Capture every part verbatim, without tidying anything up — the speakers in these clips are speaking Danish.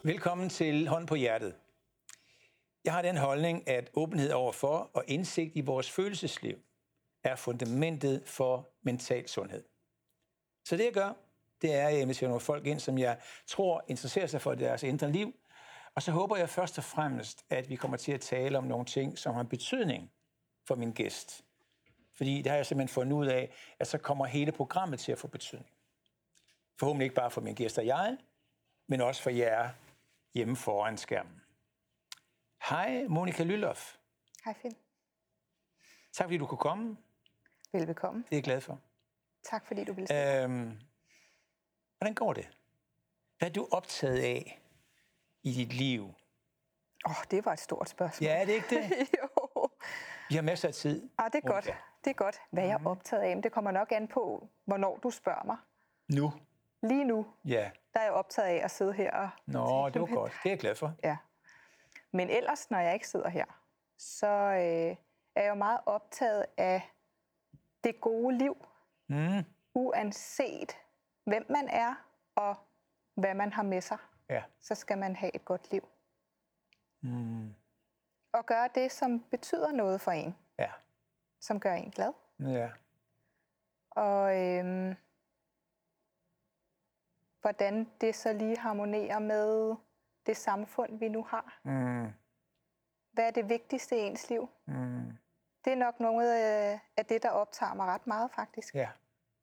Velkommen til Hånd på hjertet. Jeg har den holdning, at åbenhed overfor og indsigt i vores følelsesliv er fundamentet for mental sundhed. Så det jeg gør, det er, at jeg inviterer nogle folk ind, som jeg tror interesserer sig for deres indre liv. Og så håber jeg først og fremmest, at vi kommer til at tale om nogle ting, som har betydning for min gæst. Fordi det har jeg simpelthen fundet ud af, at så kommer hele programmet til at få betydning. Forhåbentlig ikke bare for min gæst og jeg, men også for jer hjemme foran skærmen. Hej, Monika Lylloff. Hej, Finn. Tak fordi du kunne komme. Velbekomme. Det er jeg glad for. Tak fordi du ville stille. Øhm, hvordan går det? Hvad er du optaget af i dit liv? Åh, oh, det var et stort spørgsmål. Ja, er det ikke det? Jo. Vi har masser af tid. Ah, det er godt. Det er godt. Hvad jeg er optaget af, men det kommer nok an på, hvornår du spørger mig. Nu? Lige nu, Ja. der er jeg optaget af at sidde her og... Nå, det var godt. Det er jeg glad for. Ja. Men ellers, når jeg ikke sidder her, så øh, er jeg jo meget optaget af det gode liv. Mm. Uanset hvem man er og hvad man har med sig, Ja. så skal man have et godt liv. Mm. Og gøre det, som betyder noget for en. Ja. Som gør en glad. Ja. Og øhm, hvordan det så lige harmonerer med det samfund, vi nu har. Mm. Hvad er det vigtigste i ens liv? Mm. Det er nok noget af det, der optager mig ret meget, faktisk. Ja.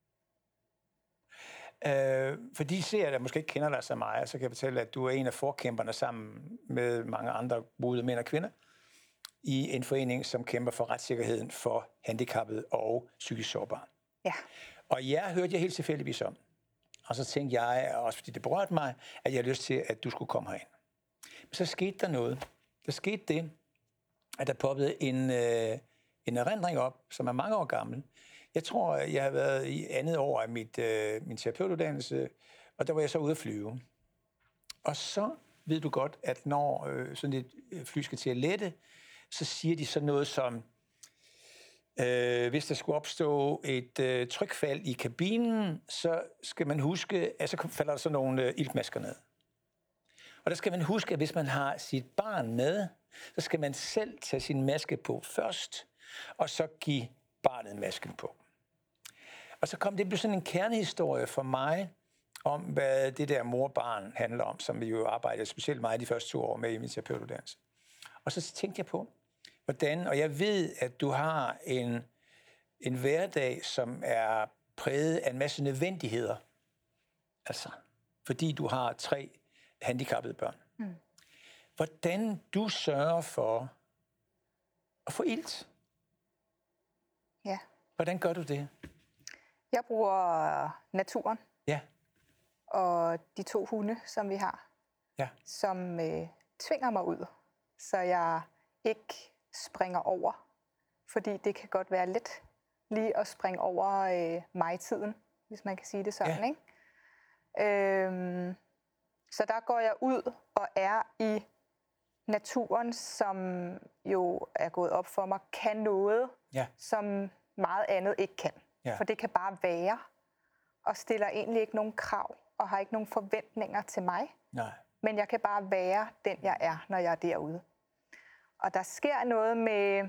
Øh, for de seere, der måske ikke kender dig så meget, så kan jeg fortælle, at du er en af forkæmperne sammen med mange andre både mænd og kvinder i en forening, som kæmper for retssikkerheden for handicappede og psykisk sårbare. Ja. Og jeg hørte jeg helt tilfældigvis om. Og så tænkte jeg, også fordi det berørte mig, at jeg havde lyst til, at du skulle komme herind. Men så skete der noget. Der skete det, at der poppede en, øh, en erindring op, som er mange år gammel. Jeg tror, jeg har været i andet år af mit, øh, min terapeutuddannelse, og der var jeg så ude at flyve. Og så ved du godt, at når øh, sådan et fly skal til at lette, så siger de så noget som, øh, hvis der skulle opstå et øh, trykfald i kabinen, så skal man huske, at så falder der så nogle øh, iltmasker ned. Og der skal man huske, at hvis man har sit barn med, så skal man selv tage sin maske på først, og så give barnet masken på. Og så kom det blev sådan en kernehistorie for mig, om hvad det der mor-barn handler om, som vi jo arbejdede specielt meget de første to år med i min terapeutuddannelse. Og så tænkte jeg på, hvordan, og jeg ved, at du har en, en hverdag, som er præget af en masse nødvendigheder. Altså, fordi du har tre handicappede børn. Mm. Hvordan du sørger for at få ilt? Ja. Hvordan gør du det? Jeg bruger naturen. Ja. Og de to hunde, som vi har, Ja. som øh, tvinger mig ud, så jeg ikke springer over. Fordi det kan godt være let lige at springe over øh, mig-tiden, hvis man kan sige det sådan, Ja. ikke? Øhm, så der går jeg ud og er i naturen, som jo er gået op for mig, kan noget, Ja. som meget andet ikke kan. Ja. For det kan bare være, og stiller egentlig ikke nogen krav, og har ikke nogen forventninger til mig. Nej. Men jeg kan bare være den, jeg er, når jeg er derude. Og der sker noget med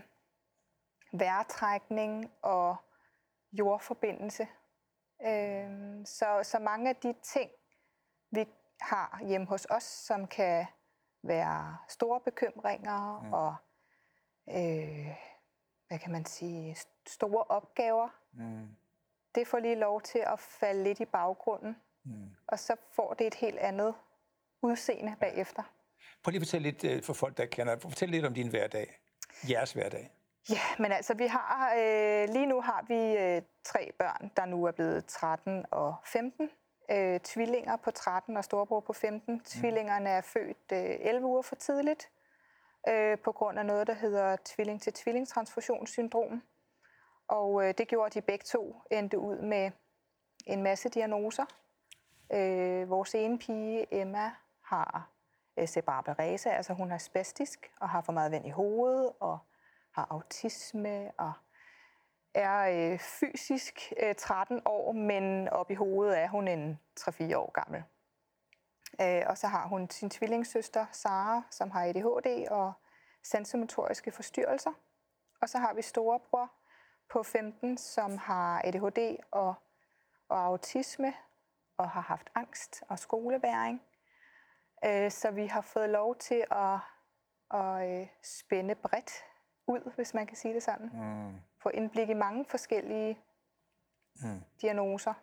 vejrtrækning og jordforbindelse. Øhm, så, så mange af de ting, vi har hjemme hos os, som kan være store bekymringer mm. og øh, hvad kan man sige, store opgaver, mm. det får lige lov til at falde lidt i baggrunden. Mm. Og så får det et helt andet udseende bagefter. Prøv lige at fortælle lidt for folk, der kender. Fortæl lidt om din hverdag. Jeres hverdag. Ja, men altså, vi har, øh, lige nu har vi øh, tre børn, der nu er blevet tretten og femten. Øh, tvillinger på tretten og storebror på femten. Mm. Tvillingerne er født øh, elleve uger for tidligt, øh, på grund af noget, der hedder tvilling-til-tvilling-transfusionssyndrom. Og øh, det gjorde de begge to, endte ud med en masse diagnoser. Øh, vores ene pige, Emma, har øh, cerebral parese, altså hun er spastisk og har for meget vand i hovedet og har autisme og er øh, fysisk øh, tretten år, men op i hovedet er hun en tre fire år gammel. Øh, og så har hun sin tvillingssøster, Sara, som har A D H D og sansemotoriske forstyrrelser. Og så har vi storebror på femten, som har A D H D og, og autisme, og har haft angst og skoleværing. Øh, så vi har fået lov til at, at spænde bredt ud, hvis man kan sige det sådan. Mm. Få indblik i mange forskellige mm. diagnoser.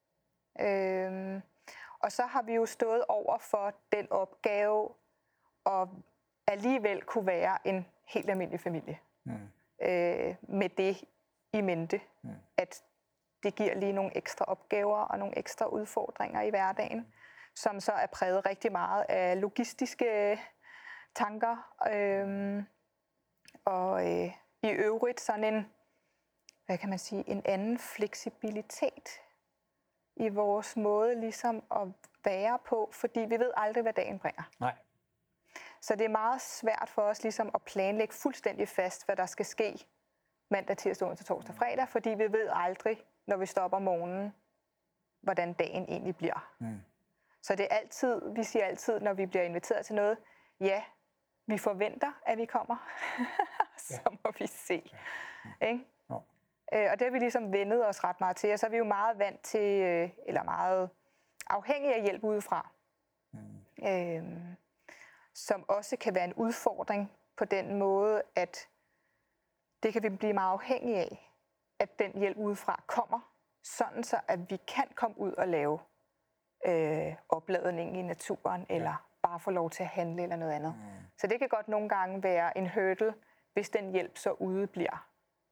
Øh, og så har vi jo stået over for den opgave at alligevel kunne være en helt almindelig familie. Mm. Øh, med det i mente, mm. at det giver lige nogle ekstra opgaver og nogle ekstra udfordringer i hverdagen, mm. som så er præget rigtig meget af logistiske tanker. Øh, og øh, i øvrigt sådan en, hvad kan man sige, en anden fleksibilitet i vores måde ligesom at være på, fordi vi ved aldrig, hvad dagen bringer. Nej. Så det er meget svært for os ligesom at planlægge fuldstændig fast, hvad der skal ske mandag, tirsdag, onsdag, torsdag, fredag, fordi vi ved aldrig, når vi står op om morgenen, hvordan dagen egentlig bliver. Mm. Så det er altid, vi siger altid, når vi bliver inviteret til noget, ja, vi forventer, at vi kommer, så må vi se. Ja. Ikke? Ja. Øh, og det har vi ligesom vendet os ret meget til, og så er vi jo meget vant til, øh, eller meget afhængige af hjælp udefra. Mm. Øh, som også kan være en udfordring på den måde, at det kan vi blive meget afhængige af, at den hjælp udefra kommer, sådan så at vi kan komme ud og lave øh, opladning i naturen, eller ja. bare få lov til at handle eller noget andet. Mm. Så det kan godt nogle gange være en hurdle, hvis den hjælp så udebliver.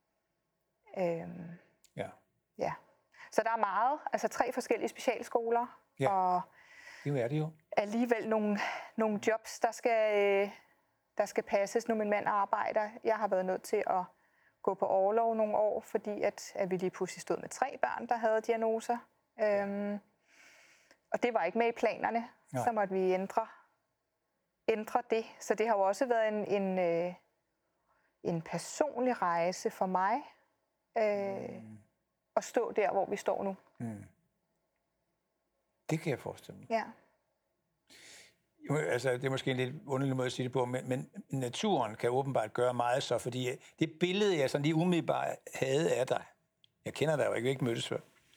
Øhm, ja. ja. Så der er meget, altså tre forskellige specialskoler, ja. og det er det jo. Alligevel nogle, nogle jobs, der skal, der skal passes, nu min mand arbejder. Jeg har været nødt til at gå på orlov nogle år, fordi at, at vi lige pludselig stod med tre børn, der havde diagnoser. Øhm, og det var ikke med i planerne. Nej. Så måtte vi ændre, ændre det. Så det har jo også været en, en, øh, en personlig rejse for mig øh, mm. at stå der, hvor vi står nu. Mm. Det kan jeg forestille mig. Ja. Jo, altså, det er måske en lidt underlig måde at sige det på, men, men naturen kan åbenbart gøre meget så, fordi det billede, jeg sådan lige umiddelbart havde af dig, jeg kender dig jo ikke, ikke mødtes før,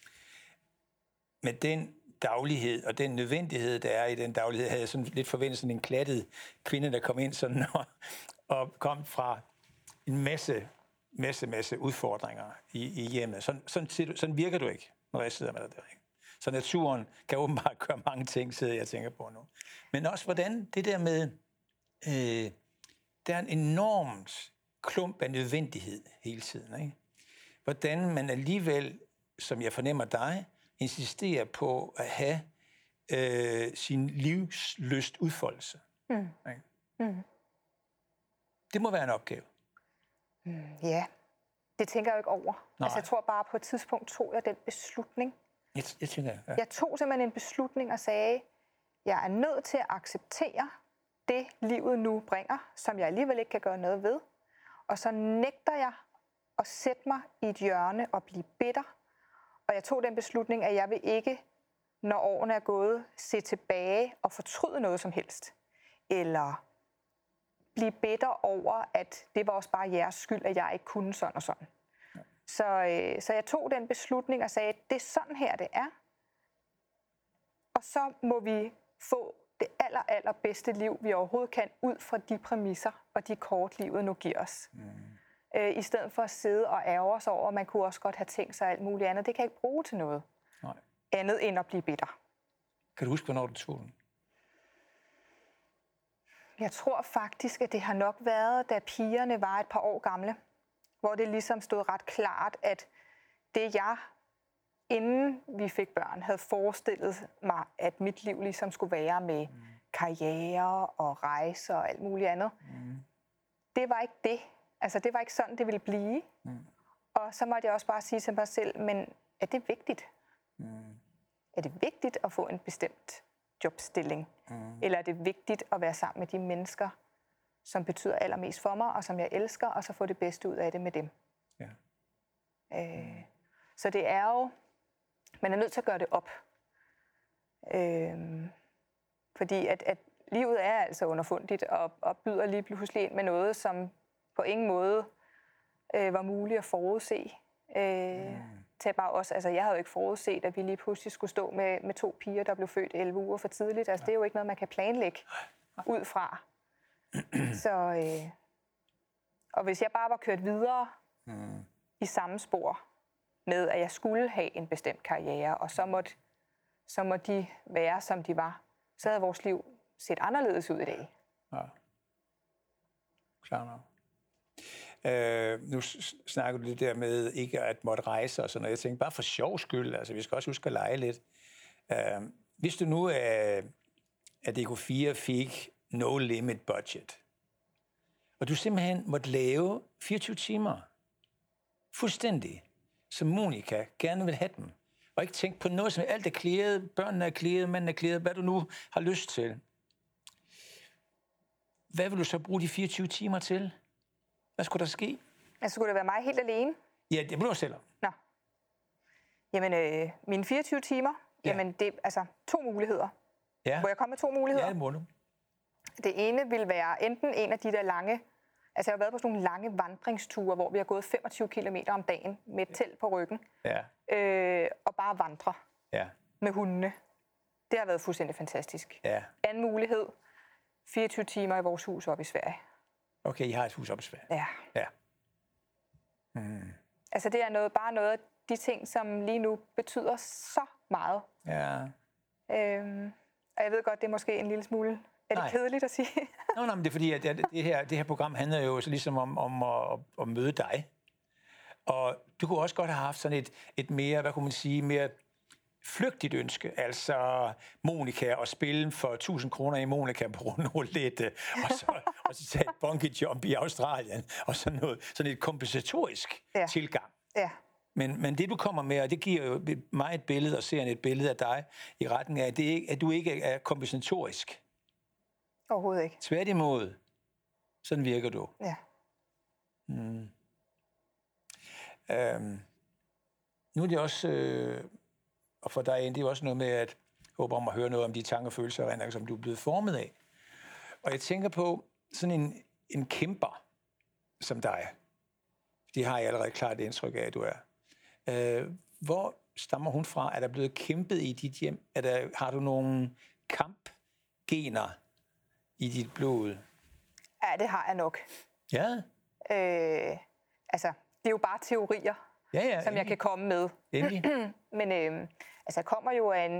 med den daglighed og den nødvendighed, der er i den daglighed, havde jeg sådan lidt forventet sådan en klattet kvinde, der kom ind sådan og, og kom fra en masse, masse, masse udfordringer i, i hjemmet. Sådan, sådan, sådan virker du ikke, når jeg sidder med dig der, ikke? Så naturen kan åbenbart gøre mange ting, sidder jeg tænker på nu. Men også hvordan det der med, øh, der er en enormt klump af nødvendighed hele tiden. Ikke? Hvordan man alligevel, som jeg fornemmer dig, insisterer på at have øh, sin livslyst udfoldelse. Mm. Ikke? Mm. Det må være en opgave. Mm, ja, det tænker jeg jo ikke over. Altså, jeg tror bare, på et tidspunkt tog jeg den beslutning. Jeg, jeg, tænker, ja. jeg tog simpelthen en beslutning og sagde, jeg er nødt til at acceptere det, livet nu bringer, som jeg alligevel ikke kan gøre noget ved. Og så nægter jeg at sætte mig i et hjørne og blive bitter. Og jeg tog den beslutning, at jeg vil ikke, når årene er gået, se tilbage og fortryde noget som helst. Eller blive bitter over, at det var også bare jeres skyld, at jeg ikke kunne sådan og sådan. Så, øh, så jeg tog den beslutning og sagde, at det er sådan her, det er. Og så må vi få det aller, aller bedste liv, vi overhovedet kan, ud fra de præmisser og de kort, livet nu giver os. Mm. Øh, I stedet for at sidde og ærge os over, at man kunne også godt have tænkt sig alt muligt andet. Det kan jeg ikke bruge til noget. Nej. Andet end at blive bitter. Kan du huske, hvornår du tog den? Jeg tror faktisk, at det har nok været, da pigerne var et par år gamle. Hvor det ligesom stod ret klart, at det jeg, inden vi fik børn, havde forestillet mig, at mit liv ligesom skulle være med mm. karriere og rejser og alt muligt andet. Mm. Det var ikke det. Altså, det var ikke sådan, det ville blive. Mm. Og så måtte jeg også bare sige til mig selv, men er det vigtigt? Mm. Er det vigtigt at få en bestemt jobstilling? Mm. Eller er det vigtigt at være sammen med de mennesker, som betyder allermest for mig, og som jeg elsker, og så få det bedste ud af det med dem. Ja. Øh, mm. Så det er jo, man er nødt til at gøre det op. Øh, Fordi at, at livet er altså underfundigt og, og byder lige pludselig ind med noget, som på ingen måde øh, var muligt at forudse. Øh, mm. til bare også, altså jeg havde jo ikke forudset, at vi lige pludselig skulle stå med, med to piger, der blev født elleve uger for tidligt. Altså, det er jo ikke noget, man kan planlægge ud fra. Så, øh, og hvis jeg bare var kørt videre mm. i samme spor med, at jeg skulle have en bestemt karriere, og så måtte, så måtte de være, som de var, så havde vores liv set anderledes ud i dag. Ja. Klar nok. Øh, nu snakker du det der med ikke at måtte rejse og sådan noget. Jeg tænker bare for sjov skyld, altså vi skal også huske at lege lidt. Øh, hvis du nu, øh, at D K fire fik no limit budget, og du simpelthen måtte lave fireogtyve timer, fuldstændig, som Monica gerne vil have dem, og ikke tænke på noget, som alt er clearet, børnene er clearet, manden er clearet, hvad du nu har lyst til. Hvad vil du så bruge de fireogtyve timer til? Hvad skulle der ske? Altså, skulle det være mig helt alene? Ja, det må du selv. Nå. Jamen, øh, mine fireogtyve timer, ja. Jamen, det er altså to muligheder. Ja. Må jeg komme med to muligheder? Ja, det må du. Det ene vil være enten en af de der lange, altså jeg har været på sådan nogle lange vandringsture, hvor vi har gået femogtyve kilometer om dagen med et telt på ryggen, ja. øh, og bare vandre ja. med hundene. Det har været fuldstændig fantastisk. Ja. Anden mulighed, fireogtyve timer i vores hus oppe i Sverige. Okay, I har et hus oppe i Sverige. Ja. ja. Mm. Altså det er noget, bare noget af de ting, som lige nu betyder så meget. Ja. Øhm, og jeg ved godt, det er måske en lille smule... Er det nej. kedeligt at sige? Nå, nej, men det er fordi, at det, det, her, det her program handler jo så ligesom om, om at, at møde dig. Og du kunne også godt have haft sådan et, et mere, hvad kunne man sige, mere flygtigt ønske. Altså Monica og spille for tusind kroner i Monica på roulette, og så, og så tage et bungee jump i Australien, og sådan noget, sådan et kompensatorisk ja. tilgang. Ja. Men, men det, du kommer med, og det giver jo mig et billede, og ser et billede af dig i retning af, at, det ikke, at du ikke er kompensatorisk. Overhovedet ikke. Tværtimod. Sådan virker du. Ja. Mm. Øhm. Nu er det også, øh, og for dig det er også noget med, at jeg håber om at høre noget om de tanker og følelser, Renner, som du er blevet formet af. Og jeg tænker på sådan en, en kæmper som dig. Det har jeg allerede klart et indtryk af, at du er. Øh, hvor stammer hun fra? Er der blevet kæmpet i dit hjem? Er der, har du nogle kampgener i dit blod? Ja, det har jeg nok. Ja? Øh, altså, det er jo bare teorier, ja, ja, som endelig. Jeg kan komme med. Men øh, altså, jeg kommer jo af en,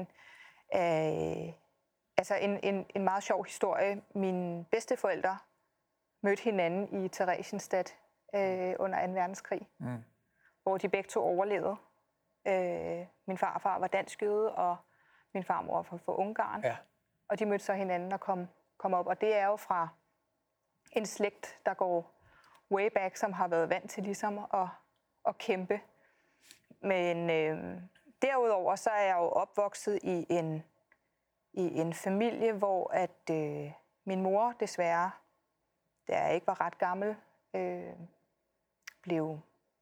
øh, altså en, en, en meget sjov historie. Mine bedsteforældre mødte hinanden i Theresienstadt øh, under anden verdenskrig, mm. hvor de begge to overlevede. Øh, min farfar var dansk jøde, og min farmor var fra, fra Ungarn. Ja. Og de mødte så hinanden og kom, kom op. Og det er jo fra en slægt, der går way back, som har været vant til ligesom at, at kæmpe. Men øh, derudover så er jeg jo opvokset i en, i en familie, hvor at øh, min mor desværre, da jeg ikke var ret gammel, øh, blev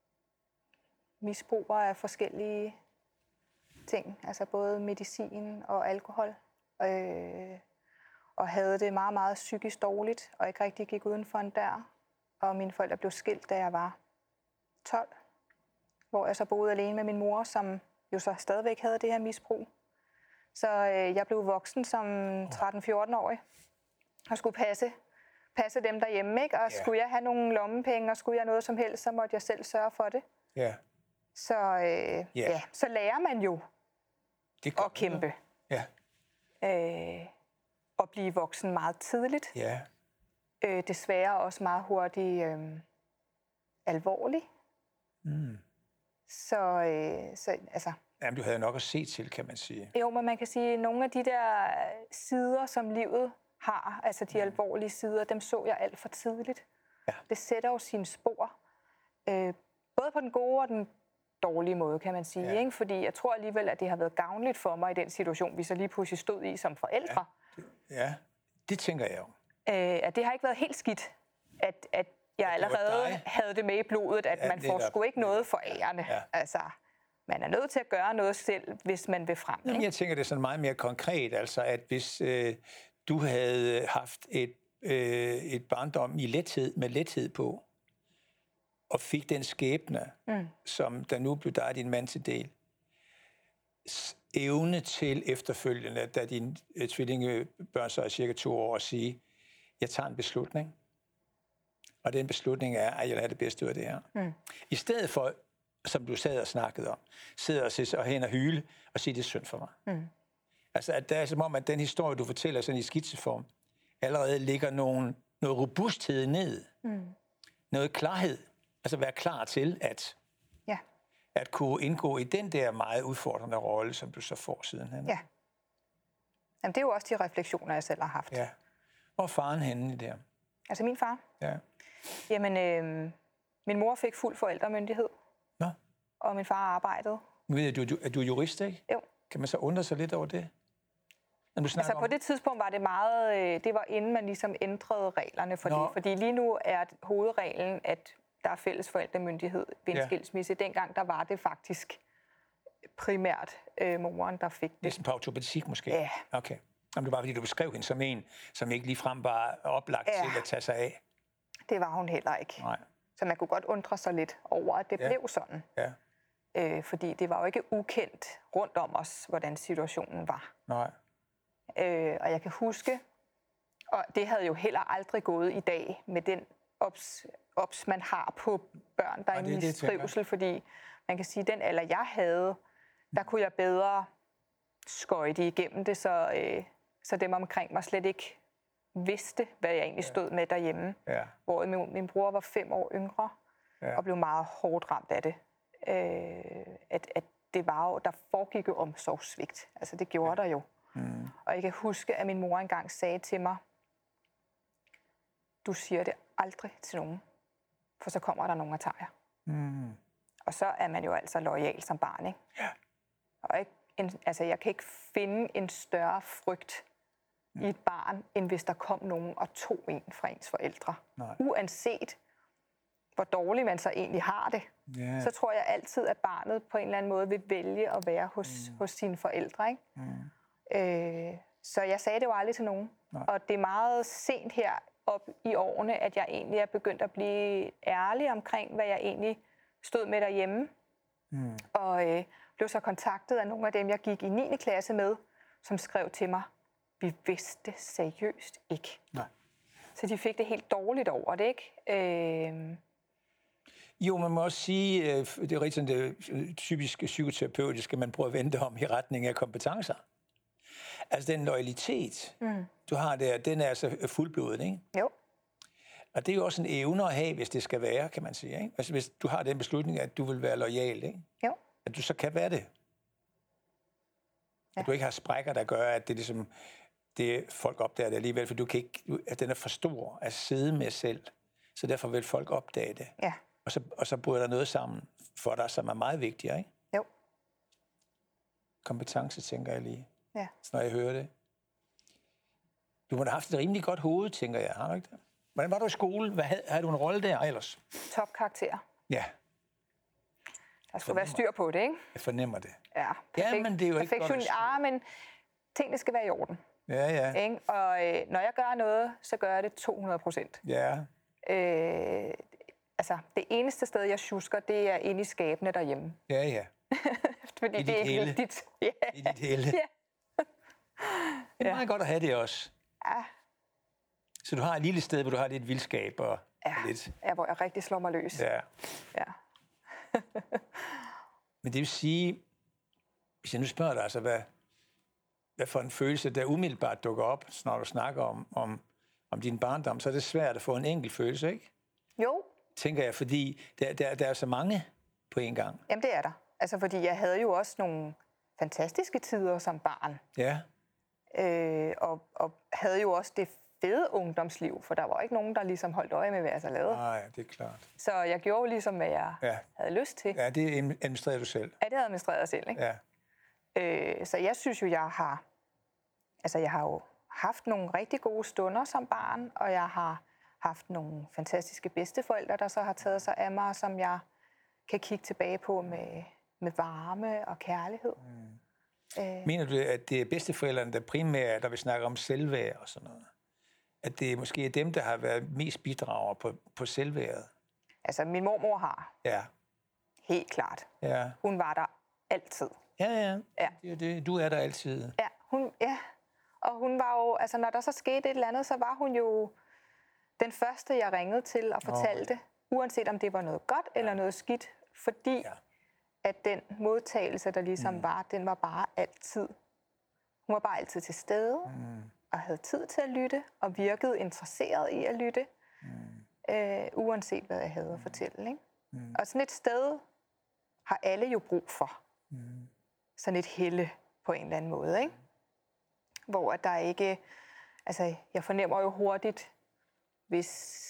misbruger af forskellige ting. Altså både medicin og alkohol. Øh, og havde det meget, meget psykisk dårligt, og ikke rigtig gik uden for en dør. Og mine forældre blev skilt, da jeg var tolv, hvor jeg så boede alene med min mor, som jo så stadigvæk havde det her misbrug. Så øh, jeg blev voksen som tretten-fjorten-årig, og skulle passe, passe dem derhjemme, ikke? Og yeah. skulle jeg have nogle lommepenge, og skulle jeg noget som helst, så måtte jeg selv sørge for det. Yeah. Så, øh, yeah. ja, så lærer man jo det at kæmpe. Ja. Øh, og blive voksen meget tidligt. Ja. Øh, desværre også meget hurtigt øh, alvorlig. Mm. Så, øh, så altså... Jamen, du havde nok at se til, kan man sige. Jo, men man kan sige, at nogle af de der sider, som livet har, altså de mm. alvorlige sider, dem så jeg alt for tidligt. Ja. Det sætter jo sine spor. Øh, både på den gode og den dårlige måde, kan man sige. Ja. Ikke? Fordi jeg tror alligevel, at det har været gavnligt for mig i den situation, vi så lige pludselig stod i som forældre. Ja, det, ja, det tænker jeg jo. Øh, at det har ikke været helt skidt, at, at jeg allerede havde det med i blodet, at ja, man får sgu ikke noget for ærende. Ja. Altså, man er nødt til at gøre noget selv, hvis man vil frem. Jamen, jeg tænker, det er sådan meget mere konkret, altså at hvis øh, du havde haft et, øh, et barndom i lethed, med lethed på, og fik den skæbne, mm. som der nu blev dig din mand til del, evne til efterfølgende, da dine øh, tvillingebørn så er cirka to år, at sige, jeg tager en beslutning, og den beslutning er, at jeg vil have det bedste ud af det her. Mm. I stedet for, som du sad og snakkede om, sidder og sidder hen og hyle og siger, det er synd for mig. Mm. Altså, at det er som om, at den historie, du fortæller sådan i skitseform, allerede ligger nogen, noget robusthed ned. Mm. Noget klarhed. Altså være klar til at, ja. at kunne indgå i den der meget udfordrende rolle, som du så får sidenhen. Ja. Jamen, det er jo også de refleksioner, jeg selv har haft. Ja. Hvor er faren henne i det her? Altså min far? Ja. Jamen, øh, min mor fik fuld forældremyndighed. Nå. Og min far arbejdede. Nu ved jeg, du, du, er du jurist, ikke? Jo. Kan man så undre sig lidt over det? Altså på det tidspunkt var det meget, øh, det var inden man ligesom ændrede reglerne for det. Fordi lige nu er hovedreglen, at der er fælles forældremyndighed ved en ja. skilsmisse. Dengang der var det faktisk primært øh, moren, der fik det. Næsten på automatik måske? Ja. Okay. Jamen, det var fordi, du beskrev hende som en, som ikke ligefrem var oplagt ja. til at tage sig af. Det var hun heller ikke. Nej. Så man kunne godt undre sig lidt over, at det ja. blev sådan. Ja. Øh, fordi det var jo ikke ukendt rundt om os, hvordan situationen var. Nej. Øh, og jeg kan huske, og det havde jo heller aldrig gået i dag med den ops, ops man har på børn, der er i mistrivsel, fordi man kan sige, at den alder, jeg havde, der kunne jeg bedre skøjte igennem det, så, øh, så dem omkring mig slet ikke vidste, hvad jeg egentlig stod med derhjemme. Ja. Hvor min, min bror var fem år yngre, ja. og blev meget hårdt ramt af det. Øh, at, at det var jo, der foregik jo omsorgssvigt. Altså det gjorde ja. der jo. Mm. Og jeg kan huske, at min mor engang sagde til mig, du siger det aldrig til nogen, for så kommer der nogen og tager jer. Mm. Og så er man jo altså loyal som barn, ikke? Ja. Og ikke en, altså jeg kan ikke finde en større frygt mm. i et barn, end hvis der kom nogen og tog en fra ens forældre. Nej. Uanset hvor dårligt man så egentlig har det, yeah. så tror jeg altid, at barnet på en eller anden måde vil vælge at være hos, mm. hos sine forældre, ikke? Mm. Øh, så jeg sagde det jo aldrig til nogen. Nej. Og det er meget sent her op i årene, at jeg egentlig er begyndt at blive ærlig omkring, hvad jeg egentlig stod med derhjemme. Mm. Og øh, blev så kontaktet af nogle af dem, jeg gik i niende klasse med, som skrev til mig, vi vidste seriøst ikke. Nej. Så de fik det helt dårligt over det, ikke? Øh... Jo, man må også sige, det er rigtig det typiske psykoterapeutiske, man prøver at vente om i retning af kompetencer. Altså den loyalitet, mm. du har der, den er altså fuldblodet, ikke? Jo. Og det er jo også en evne at have, hvis det skal være, kan man sige, ikke? Altså hvis du har den beslutning, at du vil være loyal, ikke? Jo. At du så kan være det. Ja. At du ikke har sprækker, der gør, at det ligesom, det folk opdager det alligevel, for du kan ikke, at den er for stor at sidde med selv. Så derfor vil folk opdage det. Ja. Og så, og så bryder der noget sammen for dig, som er meget vigtigere, ikke? Jo. Kompetence, tænker jeg lige. Ja. Så når jeg hører det. Du må da have haft et rimelig godt hoved, tænker jeg. Har du ikke det? Hvordan var du i skole? Hvad havde, havde du en rolle der ellers? Topkarakter. Ja. Der skulle være styr på det, ikke? Jeg fornemmer det. Ja, perfekt, ja, men det er jo ikke godt at ja, men tingene skal være i orden. Ja, ja. Ikke? Og øh, når jeg gør noget, så gør jeg det to hundrede procent. Ja. Øh, altså, det eneste sted, jeg sjusker, det er inde i skabene derhjemme. Ja, ja. Fordi I det er hele. vigtigt. Yeah. I dit hele. Ja. Det er meget ja. godt at have det også. Ja. Så du har et lille sted, hvor du har lidt vildskab og ja. lidt... Ja, hvor jeg rigtig slår mig løs. Ja. Ja. Men det vil sige, hvis jeg nu spørger dig, altså, hvad, hvad for en følelse, der umiddelbart dukker op, når du snakker om, om, om din barndom, så er det svært at få en enkelt følelse, ikke? Jo. Tænker jeg, fordi der, der, der er så mange på en gang. Jamen, det er der. Altså, fordi jeg havde jo også nogle fantastiske tider som barn. Ja. Øh, og, og havde jo også det fede ungdomsliv, for der var ikke nogen, der ligesom holdt øje med, hvad jeg så lavede. Nej, det er klart. Så jeg gjorde jo ligesom, hvad jeg ja. havde lyst til. Ja, det administrerer du selv. Ja, det administrerer jeg selv, ikke? Ja. Øh, så jeg synes jo, jeg har... Altså, jeg har jo haft nogle rigtig gode stunder som barn, og jeg har haft nogle fantastiske bedsteforældre, der så har taget sig af mig, som jeg kan kigge tilbage på med, med varme og kærlighed. Mm. Øh, Mener du, at det er bedsteforældrene, der primært, der vi snakker om selvværd og sådan noget? At det måske er dem, der har været mest bidrager på, på selvværdet? altså, min mormor har. Ja. Helt klart. Ja. Hun var der altid. Ja, ja. Ja. Det, det, du er der altid. Ja, hun, ja. Og hun var jo, altså når der så skete et eller andet, så var hun jo den første, jeg ringede til og fortalte, oh. uanset om det var noget godt eller noget skidt, fordi ja. at den modtagelse, der ligesom mm. var, den var bare altid. Hun var bare altid til stede, mm. og havde tid til at lytte, og virkede interesseret i at lytte, mm. øh, uanset hvad jeg havde at fortælle. Ikke? Mm. Og sådan et sted har alle jo brug for. Mm. Sådan et helle på en eller anden måde, ikke? Hvor der ikke, altså jeg fornemmer jo hurtigt, hvis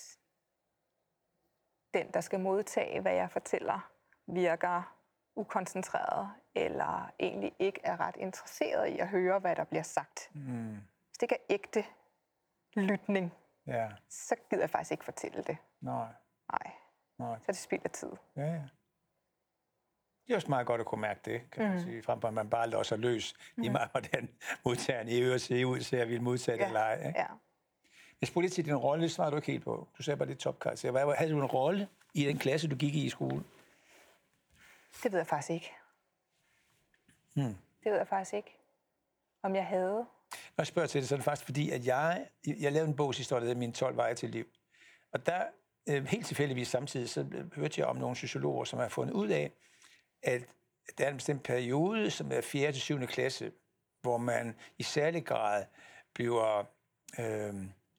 den, der skal modtage, hvad jeg fortæller, virker ukoncentreret, eller egentlig ikke er ret interesseret i at høre, hvad der bliver sagt. Mm. Hvis det ikke er ægte lytning, ja. så gider jeg faktisk ikke fortælle det. Nej. Nej. Nej. Så det spilder tid. Ja, ja. Det er også meget godt at kunne mærke det, kan man mm. sige, frem for at man bare låser løs, mm. lige meget hvordan modtageren i øvrigt ser ud, så jeg vil modtage det ja. eller ej. Ikke? Ja. Jeg spurgte lidt til din rolle, det svarede du ikke helt på. Du sagde bare, det er topkarakter. Hvad havde du en rolle i den klasse, du gik i i skole? Det ved jeg faktisk ikke. Hmm. Det ved jeg faktisk ikke, om jeg havde. Når jeg spørger til det, så er det faktisk fordi, at jeg, jeg lavede en bogshistorie, der hedder Mine tolv veje til liv. Og der, helt tilfældigvis samtidig, så hørte jeg om nogle sociologer, som har fundet ud af, at der er en bestemt periode, som er fjerde til syvende klasse, hvor man i særlig grad bliver øh,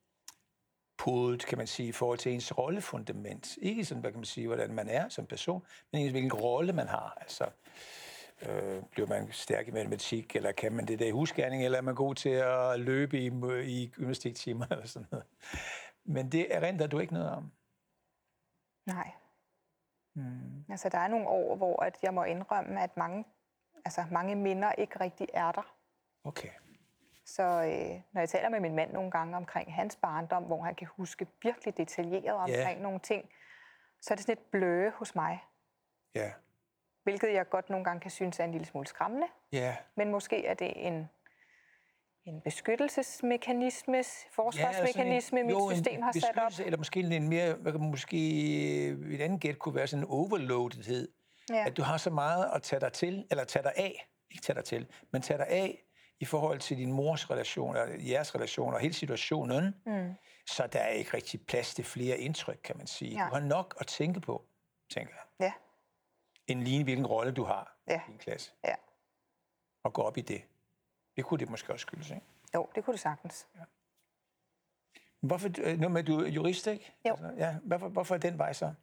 podet, kan man sige, i forhold til ens rollefundament. Ikke sådan, hvad kan man sige, hvordan man er som person, men hvilken rolle man har. Altså, øh, bliver man stærk i matematik, eller kan man det der i husgerning, eller er man god til at løbe i, i gymnastiktimer, eller sådan noget. Men det erindrer du ikke noget om? Nej. Hmm. Altså, der er nogle år, hvor at jeg må indrømme, at mange, altså, mange minder ikke rigtig er der. Okay. Så øh, når jeg taler med min mand nogle gange omkring hans barndom, hvor han kan huske virkelig detaljeret omkring yeah. nogle ting, så er det sådan et bløde hos mig. Ja. Yeah. Hvilket jeg godt nogle gange kan synes er en lille smule skræmmende. Ja. Yeah. Men måske er det en, en beskyttelsesmekanisme, forsvarsmekanisme, ja, en, mit jo, system har sat op. Eller måske en mere, måske et andet gæt kunne være sådan en overloadedhed. Ja. At du har så meget at tage dig til, eller tage dig af, ikke tage dig til, men tage dig af, i forhold til din mors relation, eller jeres relation, og hele situationen, mm. så der er ikke rigtig plads til flere indtryk, kan man sige. Ja. Du har nok at tænke på, tænker jeg. Ja. En lignende, hvilken rolle du har ja. i din klasse. Ja. Og gå op i det. Det kunne det måske også skyldes, ikke? Jo, det kunne det sagtens. Ja. Hvorfor, nu med, du er jurist, ikke? Jo. Altså, ja, hvorfor, hvorfor er den vej så?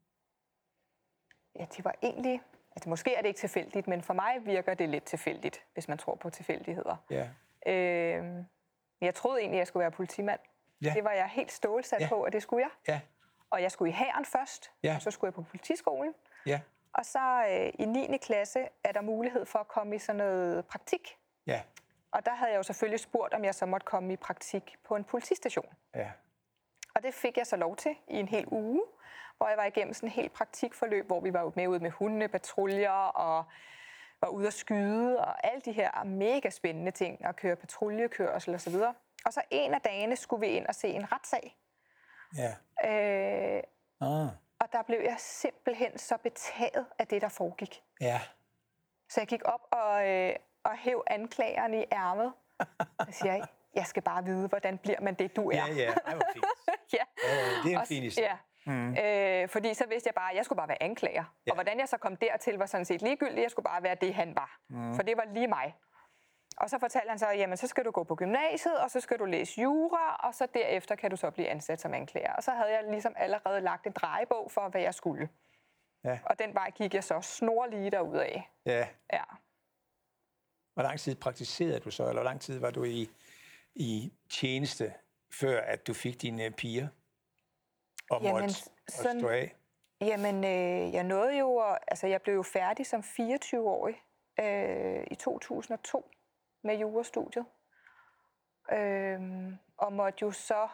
Ja, det var egentlig... Altså, måske er det ikke tilfældigt, men for mig virker det lidt tilfældigt, hvis man tror på tilfældigheder. Ja. Øh, jeg troede egentlig, at jeg skulle være politimand. Ja. Det var jeg helt stålsat ja. på, at det skulle jeg. Ja. Og jeg skulle i hæren først, ja. og så skulle jeg på politiskolen. Ja. Og så øh, i niende klasse er der mulighed for at komme i sådan noget praktik. Ja. Og der havde jeg jo selvfølgelig spurgt, om jeg så måtte komme i praktik på en politistation. Ja. Og det fik jeg så lov til i en hel uge, hvor jeg var igennem sådan en helt praktikforløb, hvor vi var med ude med hundene, patruljer og var ude at skyde og alle de her mega spændende ting, at køre patruljekørsel og så videre. Og så en af dagene skulle vi ind og se en retssag. Ja. Øh, ah. Og der blev jeg simpelthen så betaget af det, der foregik. Ja. Så jeg gik op og, øh, og hæv anklageren i ærmet. Og siger, jeg skal bare vide, hvordan bliver man det, du er. Ja, ja, det var fint. ja. ja, det er en fin historie. Ja. Mm. Øh, fordi så vidste jeg bare, at jeg skulle bare være anklager. Ja. Og hvordan jeg så kom dertil, var sådan set ligegyldigt. Jeg skulle bare være det, han var. Mm. For det var lige mig. Og så fortalte han så, jamen så skal du gå på gymnasiet, og så skal du læse jura, og så derefter kan du så blive ansat som anklager. Og så havde jeg ligesom allerede lagt en drejebog for, hvad jeg skulle. Ja. Og den vej gik jeg så snorlige derudad. Ja. Ja. Hvor lang tid praktiserede du så, eller hvor lang tid var du i, i tjeneste, før at du fik dine piger? Og jamen, måtte sådan, stå af? Jamen, øh, jeg nåede jo, altså jeg blev jo færdig som fireogtyve-årig øh, i to tusind og to med jurastudiet. Øh, og måtte jo så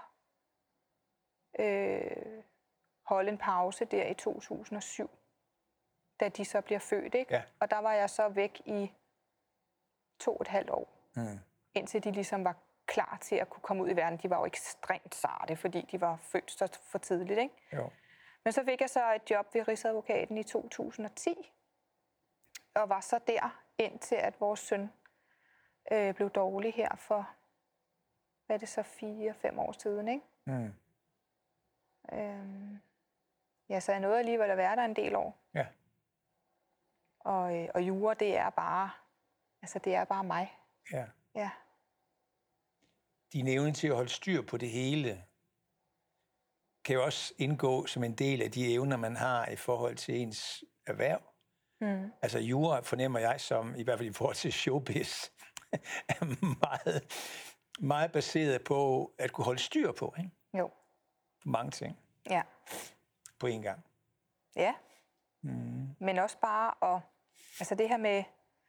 øh, holde en pause der i to tusind og syv, da de så bliver født, ikke? Ja. Og der var jeg så væk i to og et halvt år, mm. indtil de ligesom var klar til at kunne komme ud i verden. De var jo ekstremt sarte, fordi de var født så for tidligt, ikke? Jo. Men så fik jeg så et job ved Rigsadvokaten i to tusind og ti, og var så der, indtil at vores søn øh, blev dårlig her for, hvad er det så, fire, fem år siden, ikke? Mm. Øhm, ja, så jeg nåede alligevel at være der en del år. Ja. Og, øh, og jura, det er bare, altså det er bare mig. Ja. Ja. Din evne til at holde styr på det hele, kan jo også indgå som en del af de evner, man har i forhold til ens erhverv. Mm. Altså jura fornemmer jeg som, i hvert fald i forhold til showbiz, er meget, meget baseret på at kunne holde styr på, ikke? Jo. Mange ting. Ja. På en gang. Ja. Mm. Men også bare at, altså det her med,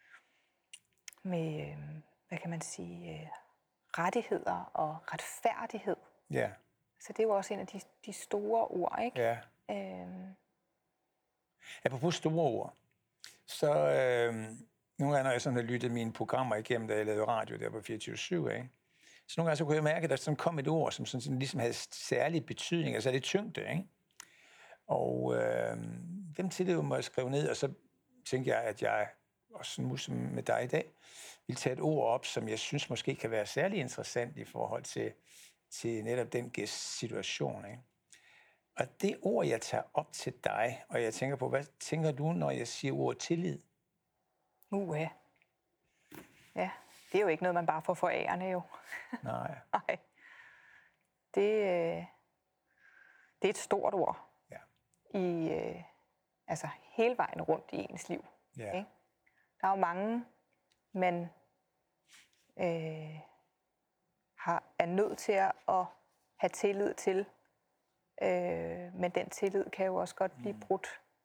med hvad kan man sige, rettigheder og retfærdighed. Ja. Så det er jo også en af de, de store ord, ikke? Ja. Øhm. Apropos store ord, så øh, nogle gange, når jeg sådan har lyttet mine programmer igennem, da jeg lavede radio der på fireogtyve syv, ikke? Så nogle gange så kunne jeg mærke, at der sådan kom et ord, som sådan, sådan ligesom havde særlig betydning, altså det tyngde, ikke? Og øh, dem tillod mig at skrive ned, og så tænkte jeg, at jeg, også nu som med dig i dag, vil tage et ord op, som jeg synes måske kan være særlig interessant i forhold til, til netop den gæstsituation, ikke? Og det ord, jeg tager op til dig, og jeg tænker på, hvad tænker du, når jeg siger ordet tillid? Uh, ja. Ja, det er jo ikke noget, man bare får for ærende, jo. Nej. Nej. Det, øh, det er et stort ord. Ja. I, øh, altså hele vejen rundt i ens liv. Ja. Ikke? Der er jo mange, man øh, har, er nødt til at have tillid til. Øh, men den tillid kan jo også godt blive brudt.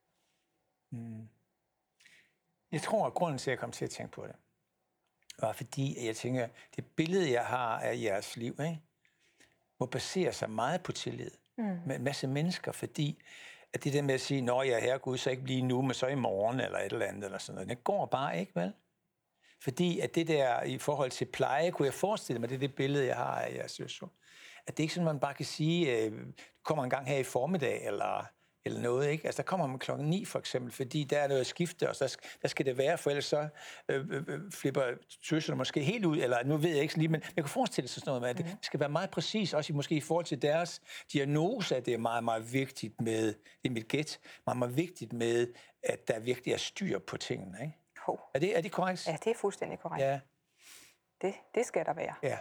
Mm. Jeg tror, at grunden til, at jeg kom til at tænke på det, var fordi, at jeg tænker, det billede, jeg har af jeres liv, ikke, må basere sig meget på tillid mm. med en masse mennesker, fordi at det der med at sige, når jeg er her, Gud, så ikke blive nu, men så i morgen, eller et eller andet, eller sådan noget, det går bare ikke, vel? Fordi at det der, i forhold til pleje, kunne jeg forestille mig, det er det billede, jeg har af jeres situation, at det ikke sådan, man bare kan sige, øh, du kommer en gang her i formiddag, eller, eller noget, ikke? Altså, der kommer man klokken ni, for eksempel, fordi der er noget at skifte, og så der skal det være, for ellers så øh, øh, flipper tøserne måske helt ud, eller nu ved jeg ikke lige, men jeg kan forestille sig sådan noget med, at det mm-hmm. skal være meget præcis, også i, måske i forhold til deres diagnose, at det er meget, meget vigtigt med, det er mit gæt, meget, meget vigtigt med, at der virkelig er styr på tingene, ikke? Oh. Er det, er det korrekt? Ja, det er fuldstændig korrekt. Ja. Det, det skal der være. Ja.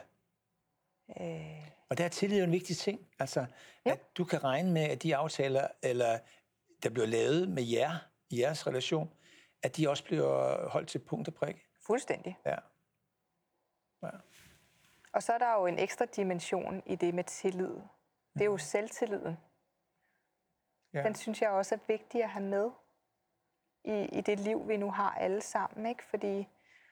Øh... Og der er tillid jo en vigtig ting. Altså, jo. At du kan regne med, at de aftaler, eller der bliver lavet med jer, i jeres relation, at de også bliver holdt til punkt og prik. Fuldstændig. Ja. Ja. Og så er der jo en ekstra dimension i det med tillid. Det er jo selvtilliden. Ja. Den synes jeg også er vigtig at have med i, i det liv, vi nu har alle sammen, ikke? Fordi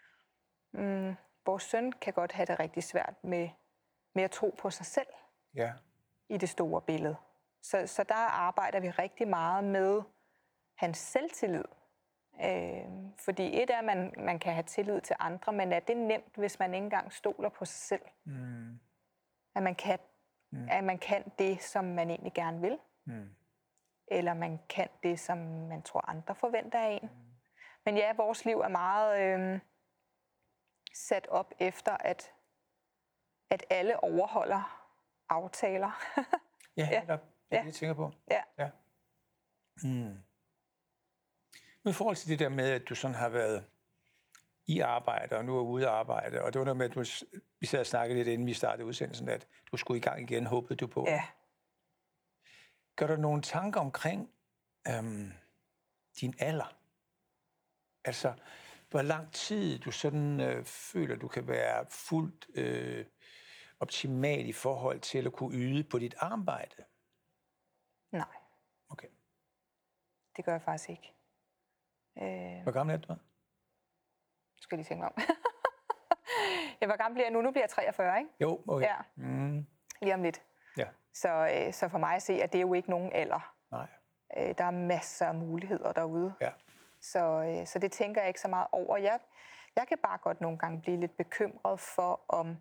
mm, vores søn kan godt have det rigtig svært med, med at tro på sig selv ja. i det store billede. Så, så der arbejder vi rigtig meget med hans selvtillid. Øh, fordi et er, at man, man kan have tillid til andre, men er det nemt, hvis man ikke engang stoler på sig selv? Mm. At, man kan, mm. at man kan det, som man egentlig gerne vil. Mm. Eller man kan det, som man tror, andre forventer af en. Mm. Men ja, vores liv er meget øh, sat op efter, at, at alle overholder aftaler. ja, ja, det er ja. det, jeg tænker på. Ja. ja. Mm. Nu i forhold til det der med, at du sådan har været i arbejde, og nu er ude at arbejde, og det var noget med, at du, vi sad og snakkede lidt, inden vi startede udsendelsen, at du skulle i gang igen, håbede du på. Ja. Gør du nogle tanker omkring øhm, din alder? Altså, hvor lang tid du sådan øh, føler, du kan være fuldt øh, optimal i forhold til at kunne yde på dit arbejde? Nej. Okay. Det gør jeg faktisk ikke. Øh... Hvor gammel er du? Skal jeg lige tænke mig om. ja, hvor gammel bliver jeg nu? Nu bliver jeg treogfyrre, ikke? Jo, okay. Ja. Mm. Lige om lidt. Ja. Så, øh, så for mig at se, at det er jo ikke nogen alder. Nej. Øh, der er masser af muligheder derude. Ja. Så, øh, så det tænker jeg ikke så meget over. Jeg Jeg kan bare godt nogle gange blive lidt bekymret for, om,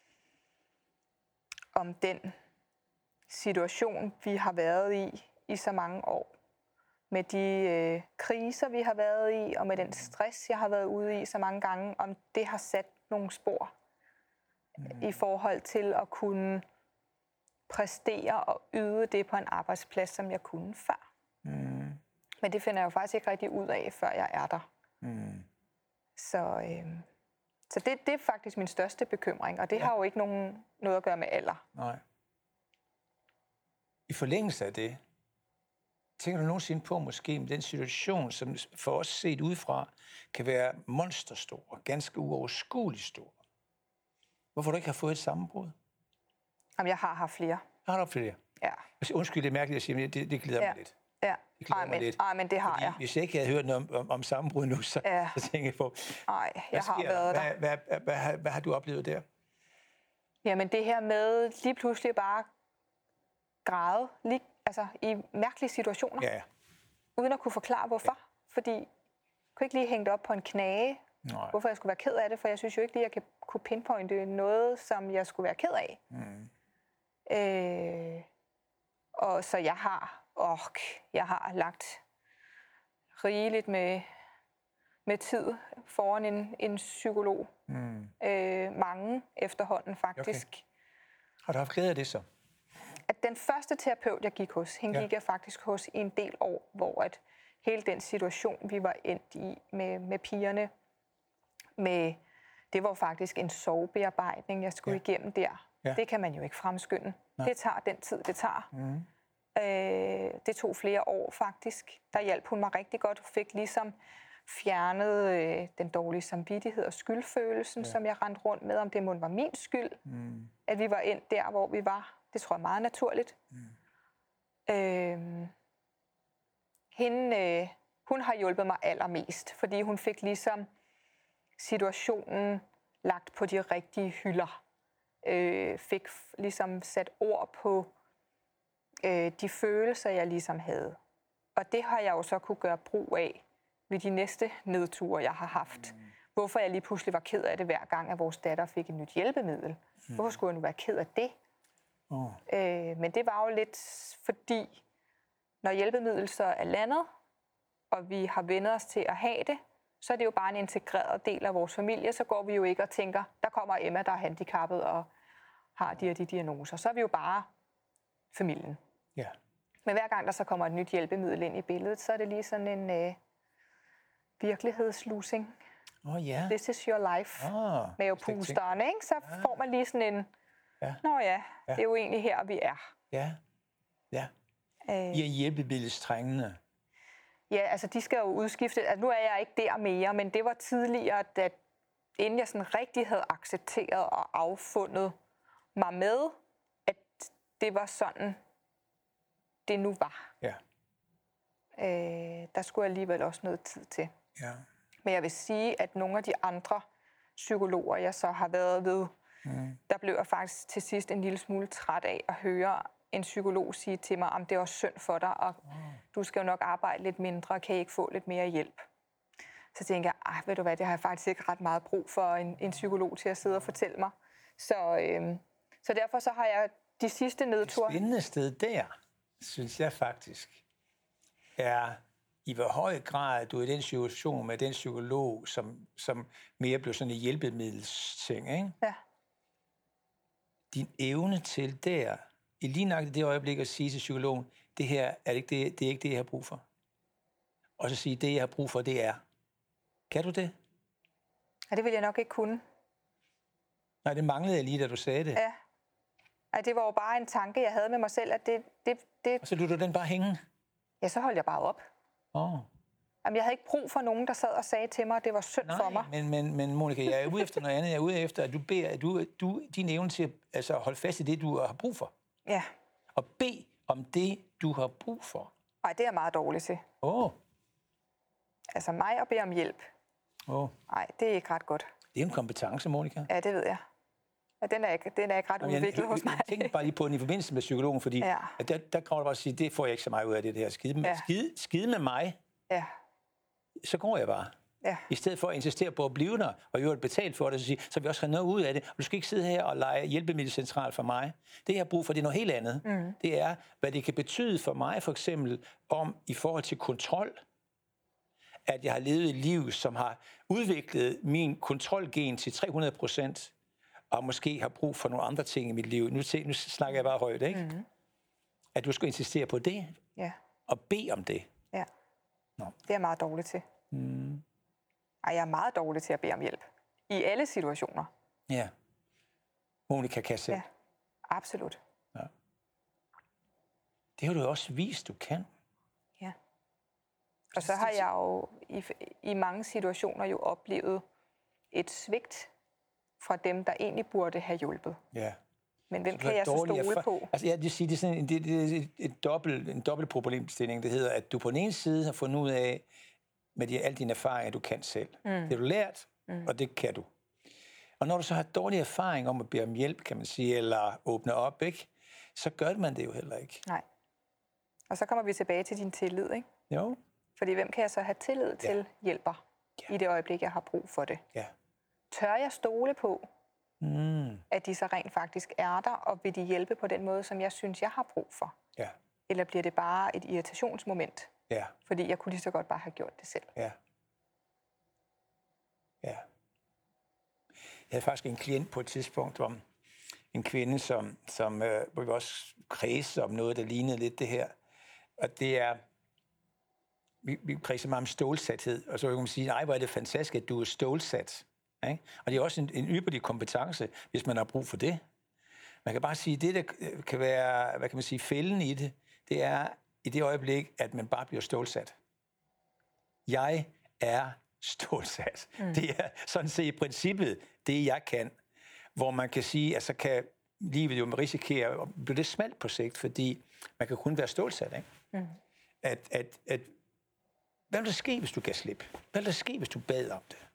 om den situation, vi har været i i så mange år, med de øh, kriser, vi har været i, og med den stress, jeg har været ude i så mange gange, om det har sat nogle spor mm. i forhold til at kunne præstere og yde det på en arbejdsplads, som jeg kunne før. Mm. Men det finder jeg jo faktisk ikke rigtig ud af, før jeg er der. Mm. Så, øh, så det, det er faktisk min største bekymring, og det ja. har jo ikke nogen, noget at gøre med alder. Nej. I forlængelse af det, tænker du nogensinde på måske med den situation, som for os set udefra, kan være monsterstor, ganske uoverskueligt stor? Hvorfor du ikke har fået et sammenbrud? Jamen, jeg har haft flere. Har du haft flere? Ja. Undskyld, det er mærkeligt at sige, men det, det glæder ja. mig lidt. Ja. Det glæder Ej, mig men, lidt. Ej, men det har Fordi jeg. Hvis jeg ikke havde hørt noget om, om, om sammenbrud nu, så, ja. så tænker jeg på, Ej, jeg har været der. der. Hvad, hvad, hvad, hvad, hvad, hvad har du oplevet der? Jamen det her med lige pludselig bare græde, lige, altså i mærkelige situationer, Ja. uden at kunne forklare hvorfor. Ja. Fordi jeg kunne ikke lige hænge det op på en knage, Nej. hvorfor jeg skulle være ked af det, for jeg synes jo ikke lige, at jeg kan, kunne pinpointe noget, som jeg skulle være ked af. Mm. Øh, og så jeg har, åh, jeg har lagt rigeligt med, med tid foran en, en psykolog. Mm. Øh, mange efterhånden faktisk. Okay. Har du haft glæde af det så? At den første terapeut, jeg gik hos, hende ja. gik jeg faktisk hos i en del år, hvor at hele den situation, vi var endt i med, med pigerne, med, det var faktisk en sorgbearbejdning, jeg skulle ja. igennem der. Ja. Det kan man jo ikke fremskynde. Nej. Det tager den tid, det tager. Mm. Øh, det tog flere år faktisk. Der hjalp hun mig rigtig godt. Hun fik ligesom fjernet øh, den dårlige samvittighed og skyldfølelsen, ja. som jeg rendte rundt med, om det måtte var min skyld, mm. at vi var endt der, hvor vi var. Det tror jeg er meget naturligt. Mm. Øh, hende, øh, hun har hjulpet mig allermest, fordi hun fik ligesom situationen lagt på de rigtige hylder. Øh, fik ligesom sat ord på øh, de følelser, jeg ligesom havde. Og det har jeg jo så kunne gøre brug af ved de næste nedture, jeg har haft. Mm. Hvorfor jeg lige pludselig var ked af det, hver gang, at vores datter fik et nyt hjælpemiddel. Mm. Hvorfor skulle jeg nu være ked af det? Oh. Øh, men det var jo lidt fordi, når hjælpemiddel så er landet, og vi har vendt os til at have det, så er det jo bare en integreret del af vores familie. Så går vi jo ikke og tænker, der kommer Emma, der er handicappet og har de og de diagnoser. Så er vi jo bare familien. Yeah. Men hver gang der så kommer et nyt hjælpemiddel ind i billedet, så er det lige sådan en øh, virkelighedslusing. Oh, yeah. This is your life. Oh, med jo pusteren, ikke? Så ja. får man lige sådan en, ja. nå ja, ja, det er jo egentlig her, vi er. Ja, ja. Øh. I er hjælpemiddelstrængende. Ja, altså de skal jo udskifte. Altså, nu er jeg ikke der mere, men det var tidligere, at inden jeg sådan rigtig havde accepteret og affundet mig med, at det var sådan, det nu var. Ja. Øh, der skulle alligevel også noget tid til. Ja. Men jeg vil sige, at nogle af de andre psykologer, jeg så har været ved, mm. der blev jeg faktisk til sidst en lille smule træt af at høre en psykolog sige til mig, om det var synd for dig, og mm. du skal jo nok arbejde lidt mindre, og kan I ikke få lidt mere hjælp? Så tænker jeg, ah, ved du hvad, det har jeg faktisk ikke ret meget brug for en, en psykolog til at sidde og fortælle mig. Så, øhm, så derfor så har jeg de sidste nedture... Det spændende sted der, synes jeg faktisk, er i hvor høj grad du er i den situation med den psykolog, som, som mere blev sådan en hjælpemiddelsting, ikke? Ja. Din evne til der, i lige nok det øjeblik at sige til psykologen, det her er det ikke det, det er ikke det, jeg har brug for. Og så sige, det jeg har brug for, det er. Kan du det? Ja, det vil jeg nok ikke kunne. Nej, det manglede jeg lige, da du sagde det. Ja. Ja, det var jo bare en tanke, jeg havde med mig selv, at det... det, det... Og så lod du den bare hænge? Ja, så holdt jeg bare op. Åh. Oh. Jamen, jeg havde ikke brug for nogen, der sad og sagde til mig, at det var synd Nej, for mig. men, men, men Monika, jeg er ude efter noget andet. Jeg er ude efter, at du beder, at du, du, din evne til at altså, holde fast i det, du har brug for. Ja. Og bed om det, du har brug for. Nej, det er jeg meget dårlig til. Åh. Oh. Altså mig at bede om hjælp. Åh. Oh. Nej, det er ikke ret godt. Det er en kompetence, Monika. Ja, det ved jeg. Ja, den er ikke, den er ikke ret Jamen, udviklet jeg, hos mig. Jeg tænkte bare lige på den i forbindelse med psykologen, fordi ja. at der, der kan du bare sige, det får jeg ikke så meget ud af det her. Skide med, ja. skide, skide med mig, ja. så går jeg bare. Ja. I stedet for at insistere på at blive der, og jo betalt for det, så, sige, så vi også have noget ud af det. Og du skal ikke sidde her og lege hjælpemiddelcentral for mig. Det, jeg har brug for, det er noget helt andet. Mm. Det er, hvad det kan betyde for mig, for eksempel, om i forhold til kontrol, at jeg har levet et liv, som har udviklet min kontrolgen til tre hundrede procent, og måske har brug for nogle andre ting i mit liv. Nu, nu snakker jeg bare højt, ikke? Mm. At du skal insistere på det, ja. og bede om det. Ja, Nå. Det er jeg meget dårlig til. Mm. Ej, jeg er meget dårlig til at bede om hjælp. I alle situationer. Ja. Monica kan selv. Ja, absolut. Ja. Det har du jo også vist, du kan. Ja. Og så har jeg jo i, i mange situationer jo oplevet et svigt fra dem, der egentlig burde have hjulpet. Ja. Men hvem kan jeg så stole på? Altså, jeg vil sige, det er sådan en, det, det er et, et dobbelt, en dobbelt problemstilling. Det hedder, at du på den ene side har fundet ud af, med de, alle dine erfaringer, du kan selv. Mm. Det har du lært, mm. og det kan du. Og når du så har dårlig erfaring om at bede om hjælp, kan man sige, eller åbne op, ikke, så gør man det jo heller ikke. Nej. Og så kommer vi tilbage til din tillid, ikke? Jo. Fordi hvem kan jeg så have tillid ja. til hjælper ja. i det øjeblik, jeg har brug for det? Ja. Tør jeg stole på, mm. at de så rent faktisk er der, og vil de hjælpe på den måde, som jeg synes, jeg har brug for? Ja. Eller bliver det bare et irritationsmoment? Ja. Fordi jeg kunne lige så godt bare have gjort det selv. Ja. Ja. Jeg havde faktisk en klient på et tidspunkt, om en kvinde, som, som øh, hvor vi også kredse om noget, der lignede lidt det her. Og det er, vi, vi kredser meget om stålsathed, og så kan man sige, nej, hvor er det fantastisk, at du er stålsat. Ikke? Og det er også en, en ypperlig kompetence, hvis man har brug for det. Man kan bare sige, det der kan være, hvad kan man sige, fælden i det, det er i det øjeblik, at man bare bliver stålsat. Jeg er stålsat. Mm. Det er sådan set i princippet det, jeg kan. Hvor man kan sige, at så kan livet jo risikere at blive det smalt på sigt, fordi man kan kun være stålsat. Ikke? Mm. At, at, at, hvad vil der ske, hvis du gav slip? Hvad vil der ske, hvis du bad om det?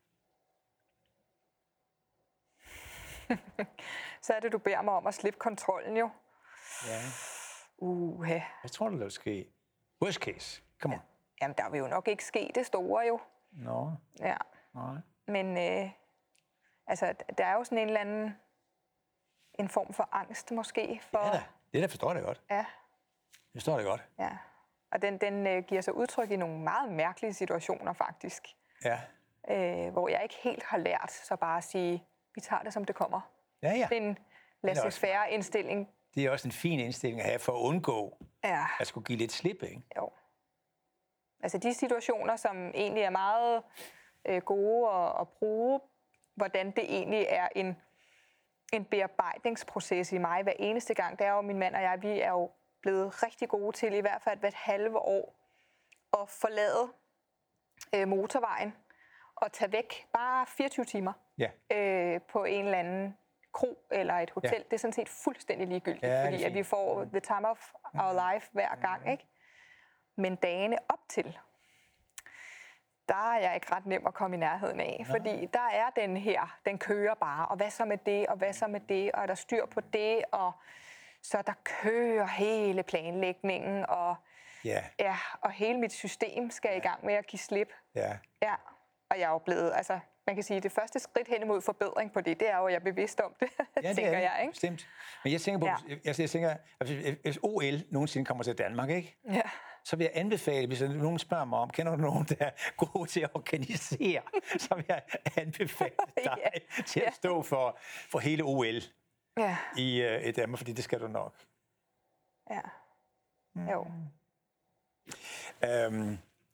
Så er det, du beder mig om at slippe kontrollen jo. Ja. Uha. Hvad tror du, der vil ske? Worst case. Come on. Ja. Jamen, der vil jo nok ikke ske det store jo. Nå. No. Ja. Nej. Men øh, altså, der er jo sådan en eller anden en form for angst måske. For... Ja da. Det der forstår jeg godt. Ja. Jeg forstår det godt. Ja. Og den, den øh, giver sig udtryk i nogle meget mærkelige situationer faktisk. Ja. Øh, hvor jeg ikke helt har lært så bare at sige, vi tager det, som det kommer. Ja, ja. Det er en laissez-faire indstilling. Det er også en fin indstilling at have for at undgå ja. at skulle give lidt slip, ikke? Jo. Altså de situationer, som egentlig er meget øh, gode at, at bruge, hvordan det egentlig er en, en bearbejdningsproces i mig hver eneste gang, det er jo min mand og jeg, vi er jo blevet rigtig gode til, i hvert fald hvert halve år, at forlade øh, motorvejen og tage væk bare fireogtyve timer ja. øh, på en eller anden kro eller et hotel. Ja. Det er sådan set fuldstændig ligegyldigt, ja, fordi at vi får the time of our life hver gang, ikke? Men dagene op til, der er jeg ikke ret nem at komme i nærheden af, ja. Fordi der er den her, den kører bare, og hvad så med det, og hvad så med det, og er der styr på det, og så der kører hele planlægningen, og, ja. Ja, og hele mit system skal ja. i gang med at give slip. Ja. Ja. Og jeg er jo blevet, altså, man kan sige, at det første skridt hen imod forbedring på det, det er jo, at jeg er bevidst om det, ja, det tænker er jeg, ikke? Bestemt. Men jeg tænker på, ja. jeg, jeg tænker, at hvis O L nogensinde kommer til Danmark, ikke? Ja. Så vil jeg anbefale, hvis nogen spørger mig om, kender du nogen, der er gode til at organisere, så vil jeg anbefale dig ja. til at stå for, for hele O L ja. i, uh, i Danmark, fordi det skal du nok. Ja. Jo. Um,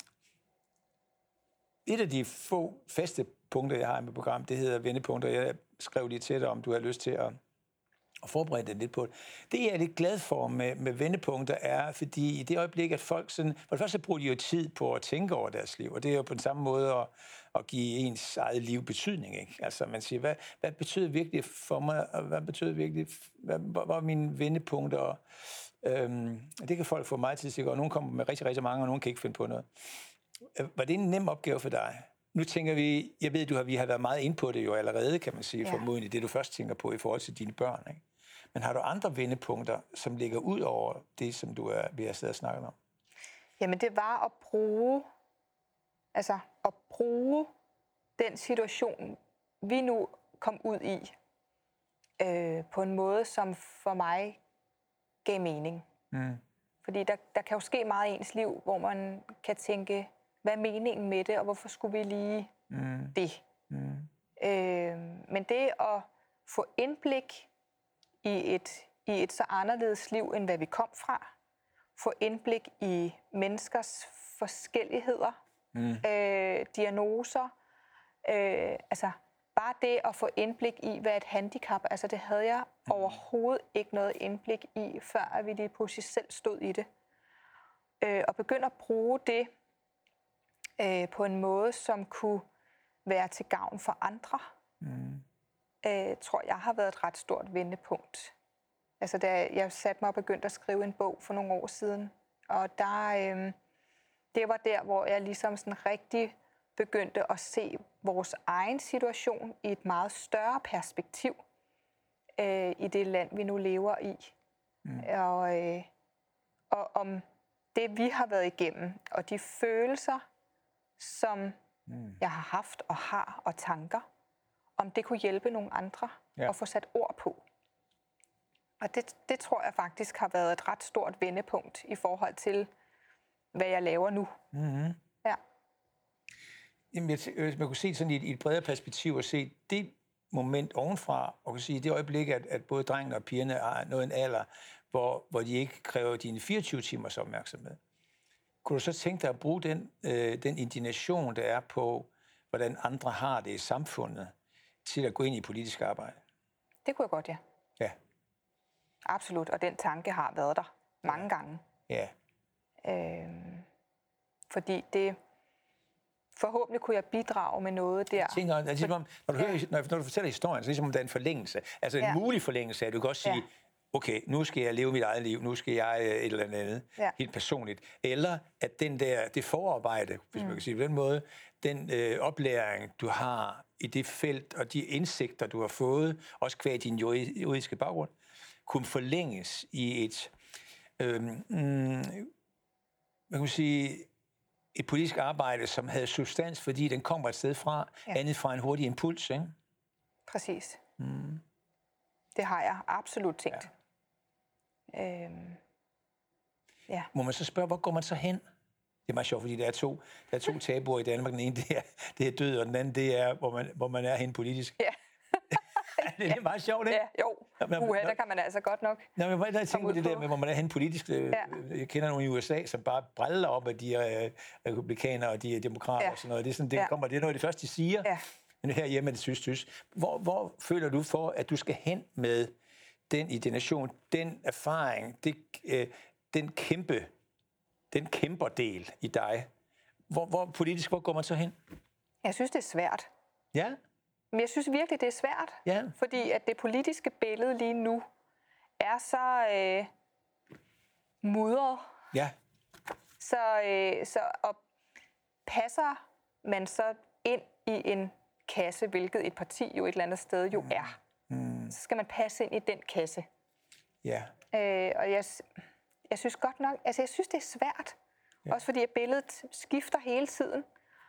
et af de få faste punkter, jeg har i mit program, det hedder vendepunkter. Jeg skrev lige til dig, om du har lyst til at, at forberede dig lidt på det. Det, jeg er lidt glad for med, med vendepunkter, er, fordi i det øjeblik, at folk sådan... For det første bruger de jo tid på at tænke over deres liv, og det er jo på den samme måde at, at give ens eget liv betydning, ikke? Altså, man siger, hvad, hvad betyder virkelig for mig, og hvad betyder virkelig... Hvad, hvad er mine vendepunkter? Øhm, det kan folk få meget tid til, og nogle kommer med rigtig, rigtig mange, og nogle kan ikke finde på noget. Var det en nem opgave for dig? Nu tænker vi, jeg ved, du har, vi har været meget inde på det jo allerede, kan man sige, ja. Formodentlig det, du først tænker på i forhold til dine børn, ikke? Men har du andre vendepunkter, som ligger ud over det, som du er ved at sidde og snakke om? Jamen, det var at bruge, altså at bruge den situation, vi nu kom ud i, øh, på en måde, som for mig gav mening. Mm. Fordi der, der kan jo ske meget i ens liv, hvor man kan tænke, hvad er meningen med det, og hvorfor skulle vi lige mm. det? Mm. Øh, men det at få indblik i et, i et så anderledes liv, end hvad vi kom fra, få indblik i menneskers forskelligheder, mm. øh, diagnoser, øh, altså bare det at få indblik i, hvad et handicap er, altså det havde jeg mm. overhovedet ikke noget indblik i, før vi lige pludselig selv stod i det. Øh, og begynde at bruge det øh, på en måde, som kunne være til gavn for andre, mm. øh, tror jeg har været et ret stort vendepunkt. Altså da jeg satte mig og begyndte at skrive en bog for nogle år siden, og der, øh, det var der, hvor jeg ligesom sådan rigtig begyndte at se vores egen situation i et meget større perspektiv øh, i det land, vi nu lever i. Mm. Og, øh, og om det, vi har været igennem, og de følelser, som mm. jeg har haft og har, og tanker, om det kunne hjælpe nogle andre ja. At få sat ord på. Og det, det tror jeg faktisk har været et ret stort vendepunkt i forhold til, hvad jeg laver nu. Mm-hmm. Ja. Jamen, jeg, hvis man kunne se sådan i et, i et bredere perspektiv og se det moment ovenfra, og kunne sige, det øjeblik, at, at både drengene og pigerne har nået en alder, hvor, hvor de ikke kræver dine fireogtyve timers opmærksomhed. Kunne du så tænke dig at bruge den, øh, den indignation, der er på, hvordan andre har det i samfundet, til at gå ind i politisk arbejde? Det kunne jeg godt, ja. Ja. Absolut, og den tanke har været der mange ja. Gange. Ja. Øhm, fordi det... Forhåbentlig kunne jeg bidrage med noget der. Jeg tænker, altså, ligesom, når, du ja. hører, når, når du fortæller historien, så er det ligesom, om der er en forlængelse. Altså en ja. mulig forlængelse af, du kan også sige, ja. okay, nu skal jeg leve mit eget liv, nu skal jeg et eller andet ja. helt personligt. Eller at den der, det forarbejde, hvis mm. man kan sige på den måde, den øh, oplæring, du har i det felt, og de indsigter, du har fået, også kvad din juridiske baggrund, kunne forlænges i et, øh, mm, man kan sige, et politisk arbejde, som havde substans, fordi den kommer et sted fra, ja. andet fra en hurtig impuls, ikke? Præcis. Mm. Det har jeg absolut tænkt. Ja. Øhm. Ja. Må man så spørge, hvor går man så hen? Det er meget sjovt, fordi der er to, der er to tabuer i Danmark. Den ene, det er, det er død, og den anden, det er, hvor man, hvor man er hen politisk. Ja. Det er meget sjovt, ikke? Ja, jo. Uha, der kan man altså godt nok. Nå, men jeg tænker på det der med, hvor man er hen politisk. Ja. Jeg kender nogle i U S A, som bare briller op, at de er republikanere, og de er demokrater ja. og sådan noget. Det er, sådan, det, ja. kommer, det er noget af det første, de siger. Ja. Men herhjemme er det synes, synes. Hvor, hvor føler du for, at du skal hen med den identifikation, den erfaring, det, øh, den kæmpe, den kæmperdel i dig? Hvor, hvor politisk, hvor går man så hen? Jeg synes, det er svært. Ja? Men jeg synes virkelig, det er svært, ja. fordi at det politiske billede lige nu er så øh, mudret. Ja. Så, øh, så og passer man så ind i en kasse, hvilket et parti jo et eller andet sted jo er, mm. så skal man passe ind i den kasse. Ja. Øh, og jeg, jeg synes godt nok, altså jeg synes, det er svært. Ja. Også fordi at billedet skifter hele tiden.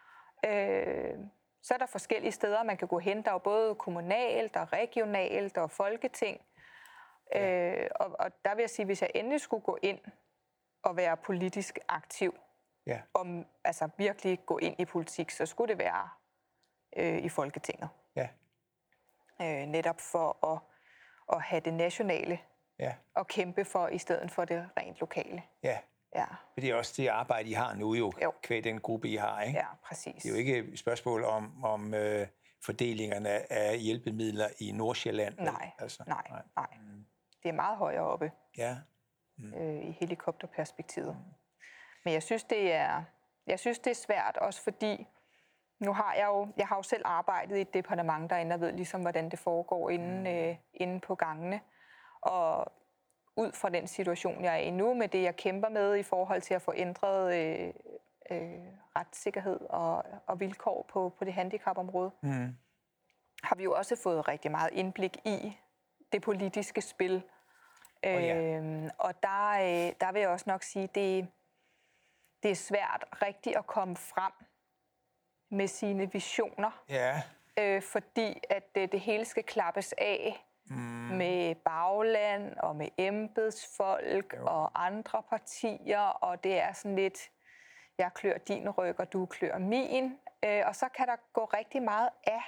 Øh, Så er der forskellige steder, man kan gå hen. Der er jo både kommunalt, og regionalt, og folketing. Ja. Øh, og, og der vil jeg sige, hvis jeg endelig skulle gå ind og være politisk aktiv, ja. om altså virkelig gå ind i politik, så skulle det være øh, i Folketinget. Ja. Øh, netop for at, at have det nationale ja. og kæmpe for, i stedet for det rent lokale. Ja. Ja. For det er også det arbejde, I har nu jo, jo. kvæg den gruppe, I har, ikke? Ja, præcis. Det er jo ikke et spørgsmål om, om øh, fordelingerne af hjælpemidler i Nordsjælland. Nej, altså, nej, nej. nej. Mm. Det er meget højere oppe ja. mm. øh, i helikopterperspektivet. Mm. Men jeg synes, det er, jeg synes, det er svært, også fordi nu har jeg jo, jeg har jo selv arbejdet i et departement derinde, og ved ligesom, hvordan det foregår inde, mm. øh, inde på gangene. Og ud fra den situation, jeg er i nu, med det, jeg kæmper med i forhold til at få ændret øh, øh, retssikkerhed og, og vilkår på, på det handicapområde, mm. har vi jo også fået rigtig meget indblik i det politiske spil. Oh, ja. øhm, og der, øh, der vil jeg også nok sige, det, det er svært rigtigt at komme frem med sine visioner. Ja. Øh, fordi at det, det hele skal klappes af mm. med bagland og med embedsfolk jo. Og andre partier, og det er sådan lidt, jeg klør din ryg, og du klør min. Øh, og så kan der gå rigtig meget af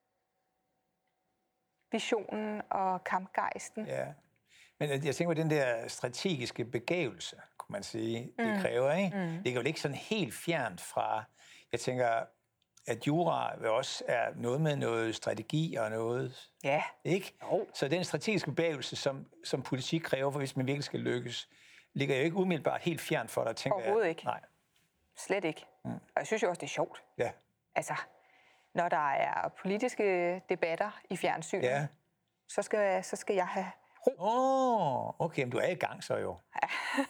visionen og kampgejsten. Ja. Men jeg tænker på den der strategiske begævelse, kunne man sige, det mm. kræver, ikke? Mm. Det er jo ikke sådan helt fjernt fra, jeg tænker, at jura også er noget med noget strategi og noget, ja. Ikke? Jo. Så den strategiske begævelse, som, som politik kræver, for hvis man virkelig skal lykkes, ligger jo ikke umiddelbart helt fjernt for dig, tænker jeg. Overhovedet ikke. Nej. Slet ikke. Mm. Og jeg synes jo også, det er sjovt. Ja. Altså, når der er politiske debatter i fjernsynet, ja. så, skal, så skal jeg have ro. Åh, oh, okay, men du er i gang så jo. Ja.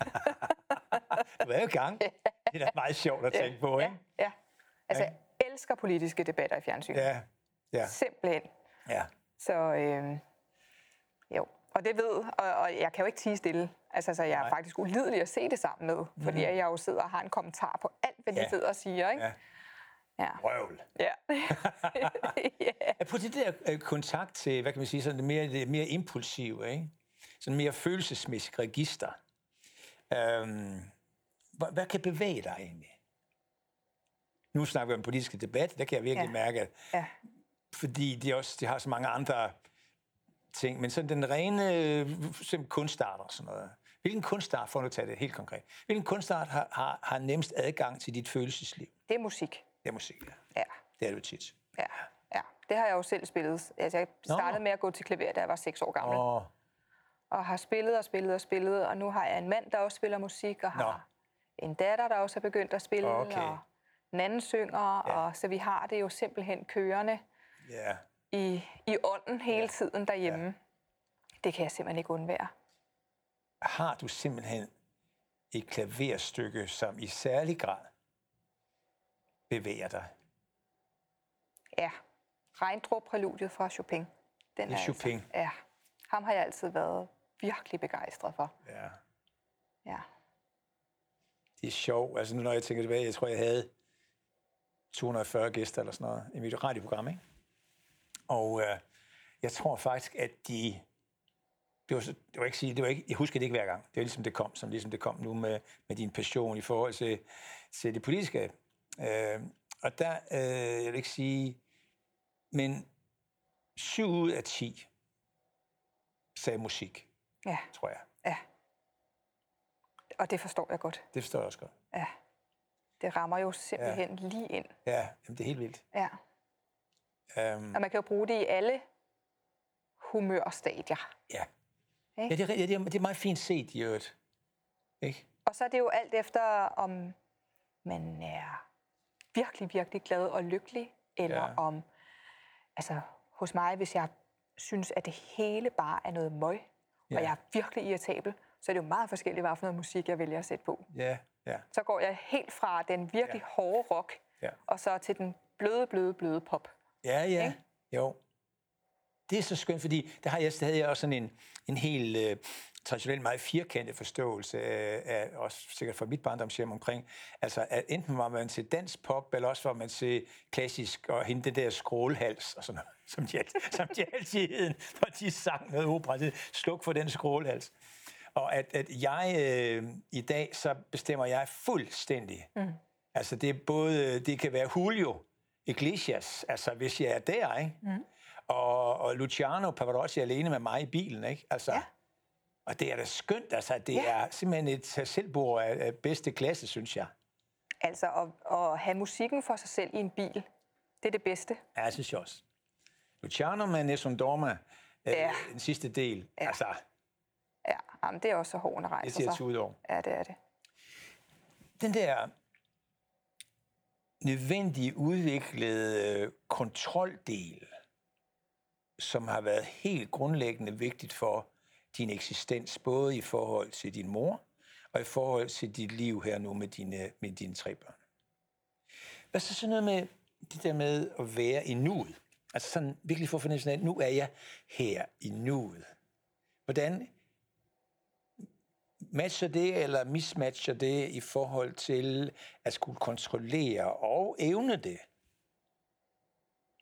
Du er i gang. Det er da meget sjovt at tænke ja. på, ikke? Ja, ja. Altså, jeg elsker politiske debatter i fjernsynet. Ja, ja. Simpelthen. Ja. Så, øh, jo. Og det ved, og, og jeg kan jo ikke tie stille. Altså, så jeg er Nej. faktisk ulidelig at se det sammen med, fordi mm. jeg jo sidder og har en kommentar på alt, hvad de ja. sidder og siger, ikke? Ja. Ja. Røvl. Ja. yeah. På det der øh, kontakt til, hvad kan man sige, sådan det mere, det mere impulsive, ikke? Sådan mere følelsesmæssigt register. Øhm, hvad, hvad kan bevæge dig egentlig? Nu snakker vi om politiske debat, der kan jeg virkelig ja. mærke, at, ja. fordi de også de har så mange andre ting, men sådan den rene øh, kunstart og sådan noget. Hvilken kunstart, for at tage det helt konkret, hvilken kunstart har, har, har nemmest adgang til dit følelsesliv? Det er musik. Det er musik, ja. Ja. Det er det jo tit. Ja, ja. Det har jeg jo selv spillet. Altså, jeg startede Nå. med at gå til klaver, da jeg var seks år gammel. Oh. Og har spillet og spillet og spillet, og nu har jeg en mand, der også spiller musik, og har Nå. en datter, der også er begyndt at spille, okay. og en anden synger, ja. og så vi har det jo simpelthen kørende yeah. i, i ånden hele yeah. tiden derhjemme. Yeah. Det kan jeg simpelthen ikke undvære. Har du simpelthen et klaverstykke, som i særlig grad bevæger dig? Ja. Regndrup-præludiet fra Chopin. Den er Chopin? Altså, ja. Ham har jeg altid været virkelig begejstret for. Ja. Ja. Det er sjovt. Altså nu når jeg tænker tilbage, jeg tror, jeg havde to hundrede og fyrre gæster eller sådan noget i mit radioprogram, ikke? Og øh, jeg tror faktisk, at de... Det var, det var ikke sige, det var ikke, jeg husker det ikke hver gang. Det var ligesom det kom, som ligesom det kom nu med, med din passion i forhold til, til det politiske. Øh, og der, øh, jeg vil ikke sige, men syv ud af ti sagde musik, ja. tror jeg. Ja. Og det forstår jeg godt. Det forstår jeg også godt. Ja. Det rammer jo simpelthen ja. lige ind. Ja, jamen, det er helt vildt. Ja. Um, og man kan jo bruge det i alle humørstadier. Ja. Ja, det er, det, er, det er meget fint set i øvrigt. Ikke? Og så er det jo alt efter, om man er virkelig, virkelig glad og lykkelig, eller ja. om, altså hos mig, hvis jeg synes, at det hele bare er noget møg, ja. og jeg er virkelig irritabel, så er det jo meget forskelligt, hvad for noget musik, jeg vælger at sætte på. Ja, ja. Så går jeg helt fra den virkelig ja. hårde rock, ja. og så til den bløde, bløde, bløde pop. Ja, ja, okay? Jo. Det er så skønt, fordi der har jeg stadig også sådan en, en helt øh, traditionelt meget firkantet forståelse af, af, også sikkert fra mit barndomshjem omkring, altså at enten var man til dansk pop, eller også var man til klassisk, og hende det der skrålhals, og sådan noget, som de, som de altid hed, når de sang noget opera, det sluk for den skrålhals. Og at, at jeg øh, i dag, så bestemmer jeg fuldstændig. Mm. Altså det er både, det kan være Julio Iglesias, altså hvis jeg er der, ikke? Mm. Og, og Luciano Pavarotti alene med mig i bilen, ikke? Altså, ja. Og det er da skønt, altså det ja. er simpelthen et selvbord af, af bedste klasse, synes jeg. Altså at, at have musikken for sig selv i en bil, det er det bedste. Ja, jeg synes jeg også. Luciano med Nessun Dorma, ja. øh, den sidste del, ja. altså... Ja, jamen, det er også så hårdt at rejse det siger sig. Ud over. Ja, det er det. Den der nødvendige udviklede kontroldel, som har været helt grundlæggende vigtigt for din eksistens, både i forhold til din mor, og i forhold til dit liv her nu med dine, med dine tre børn. Hvad så sådan noget med det der med at være i nuet? Altså sådan virkelig få fornemmelsen af, at nu er jeg her i nuet. Hvordan matcher det, eller mismatcher det i forhold til at skulle kontrollere og evne det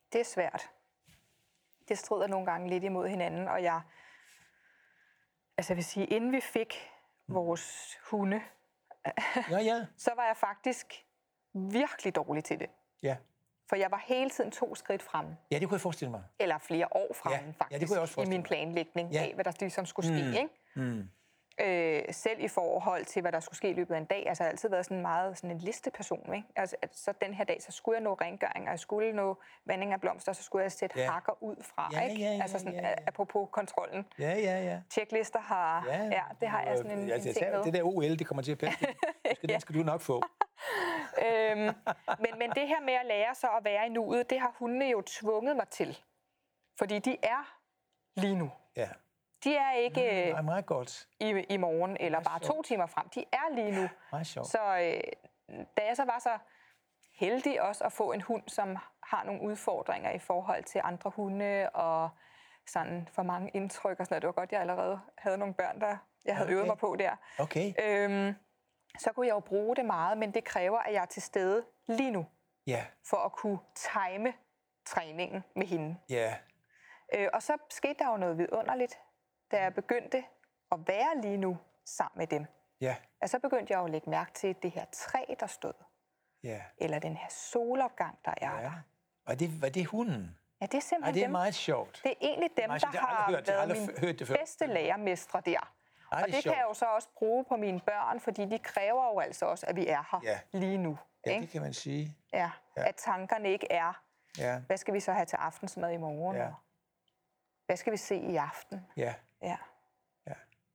Det er svært. Det strider nogle gange lidt imod hinanden, og jeg, altså jeg vil sige, inden vi fik vores hunde, Ja, ja. så var jeg faktisk virkelig dårlig til det. Ja. For jeg var hele tiden to skridt fremme. Ja, det kunne jeg forestille mig. Eller flere år fremme, Ja, faktisk, ja, det kunne jeg også i forestille min mig. planlægning Ja. af, hvad der ligesom skulle ske. Mm. Ikke? Mm. Øh, selv i forhold til, hvad der skulle ske i løbet af en dag. Altså, jeg har altid været sådan meget sådan en listeperson. Ikke? Altså, at så den her dag, så skulle jeg nå rengøring, og jeg skulle nå vanding af blomster, så skulle jeg sætte Ja. hakker ud fra. Ja, ikke? ja, ja, altså sådan, ja, ja. apropos kontrollen. Ja, ja, ja. Checklister har, ja, ja det har jeg sådan en, ja, en det, ting med. det der O L, det kommer til at passe. Skal, den skal du nok få. øhm, men, men det her med at lære sig at være i nuet, det har hundene jo tvunget mig til. Fordi de er lige nu. Ja. De er ikke Mm, meget godt. i, i morgen eller bare to timer frem. De er lige nu. Meget sjovt. Så øh, da jeg så var så heldig også at få en hund, som har nogle udfordringer i forhold til andre hunde og sådan for mange indtryk og sådan noget. Det var godt, jeg allerede havde nogle børn, der jeg havde Okay. øvet mig på der. Okay. Øhm, så kunne jeg jo bruge det meget, men det kræver, at jeg er til stede lige nu, Ja, for at kunne time træningen med hende. ja, Øh, og så skete der jo noget vidunderligt, da jeg begyndte at være lige nu sammen med dem. ja, Og så begyndte jeg jo at lægge mærke til det her træ, der stod, ja. eller den her solopgang, der er ja. der. Og det, var det hunden? Ja, det er Ej, simpelthen det er dem. meget sjovt. Det er egentlig dem, meget der sjovt. Det har jeg har aldrig hørt. Jeg har været aldrig mine hørt det før. bedste lærermestre der. Ej, Og det er det kan jeg sjovt. jo så også bruge på mine børn, fordi de kræver jo altså også, at vi er her Ja. lige nu. Ja, ikke? det kan man sige. Ja, Ja. at tankerne ikke er, Ja, hvad skal vi så have til aftensmad i morgen? Ja. Og hvad skal vi se i aften? ja. Ja. Ja.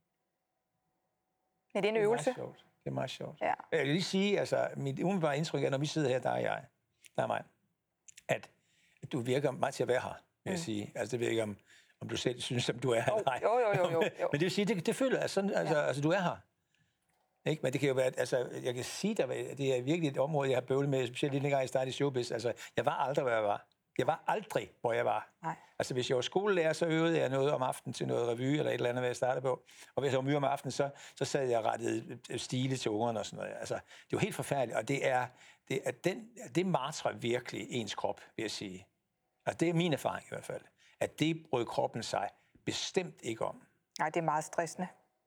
Ja, det er en Det er øvelse. meget sjovt. Det er meget sjovt. Ja. Jeg vil lige sige, altså, mit umiddelbare indtryk er, når vi sidder her, der er jeg, der er mig, at du virker meget til at være her, vil jeg sige. Altså, det ved jeg ikke, om, om du selv synes, om du er her Jo, eller ej. jo, jo, jo, jo, jo. Men det vil sige, det, det føler jeg sådan, altså, Ja. altså, du er her. Ikke? Men det kan jo være, at- altså, jeg kan sige dig, at det er virkelig et område, jeg har bøvlet med, specielt lige dengang jeg startede i showbiz. Altså, jeg var aldrig, hvor jeg var. Jeg var aldrig, hvor jeg var. Nej. Altså, hvis jeg var skolelærer, så øvede jeg noget om aftenen til noget revy eller et eller andet, hvad jeg startede på. Og hvis jeg var mye om aftenen, så, så sad jeg og rettede stile til ungerne og sådan noget. Altså, det er jo helt forfærdeligt, og det er, det er den, det martrer virkelig ens krop, vil jeg sige. Altså, det er min erfaring i hvert fald. At det brød kroppen sig bestemt ikke om. Nej, det er meget stressende.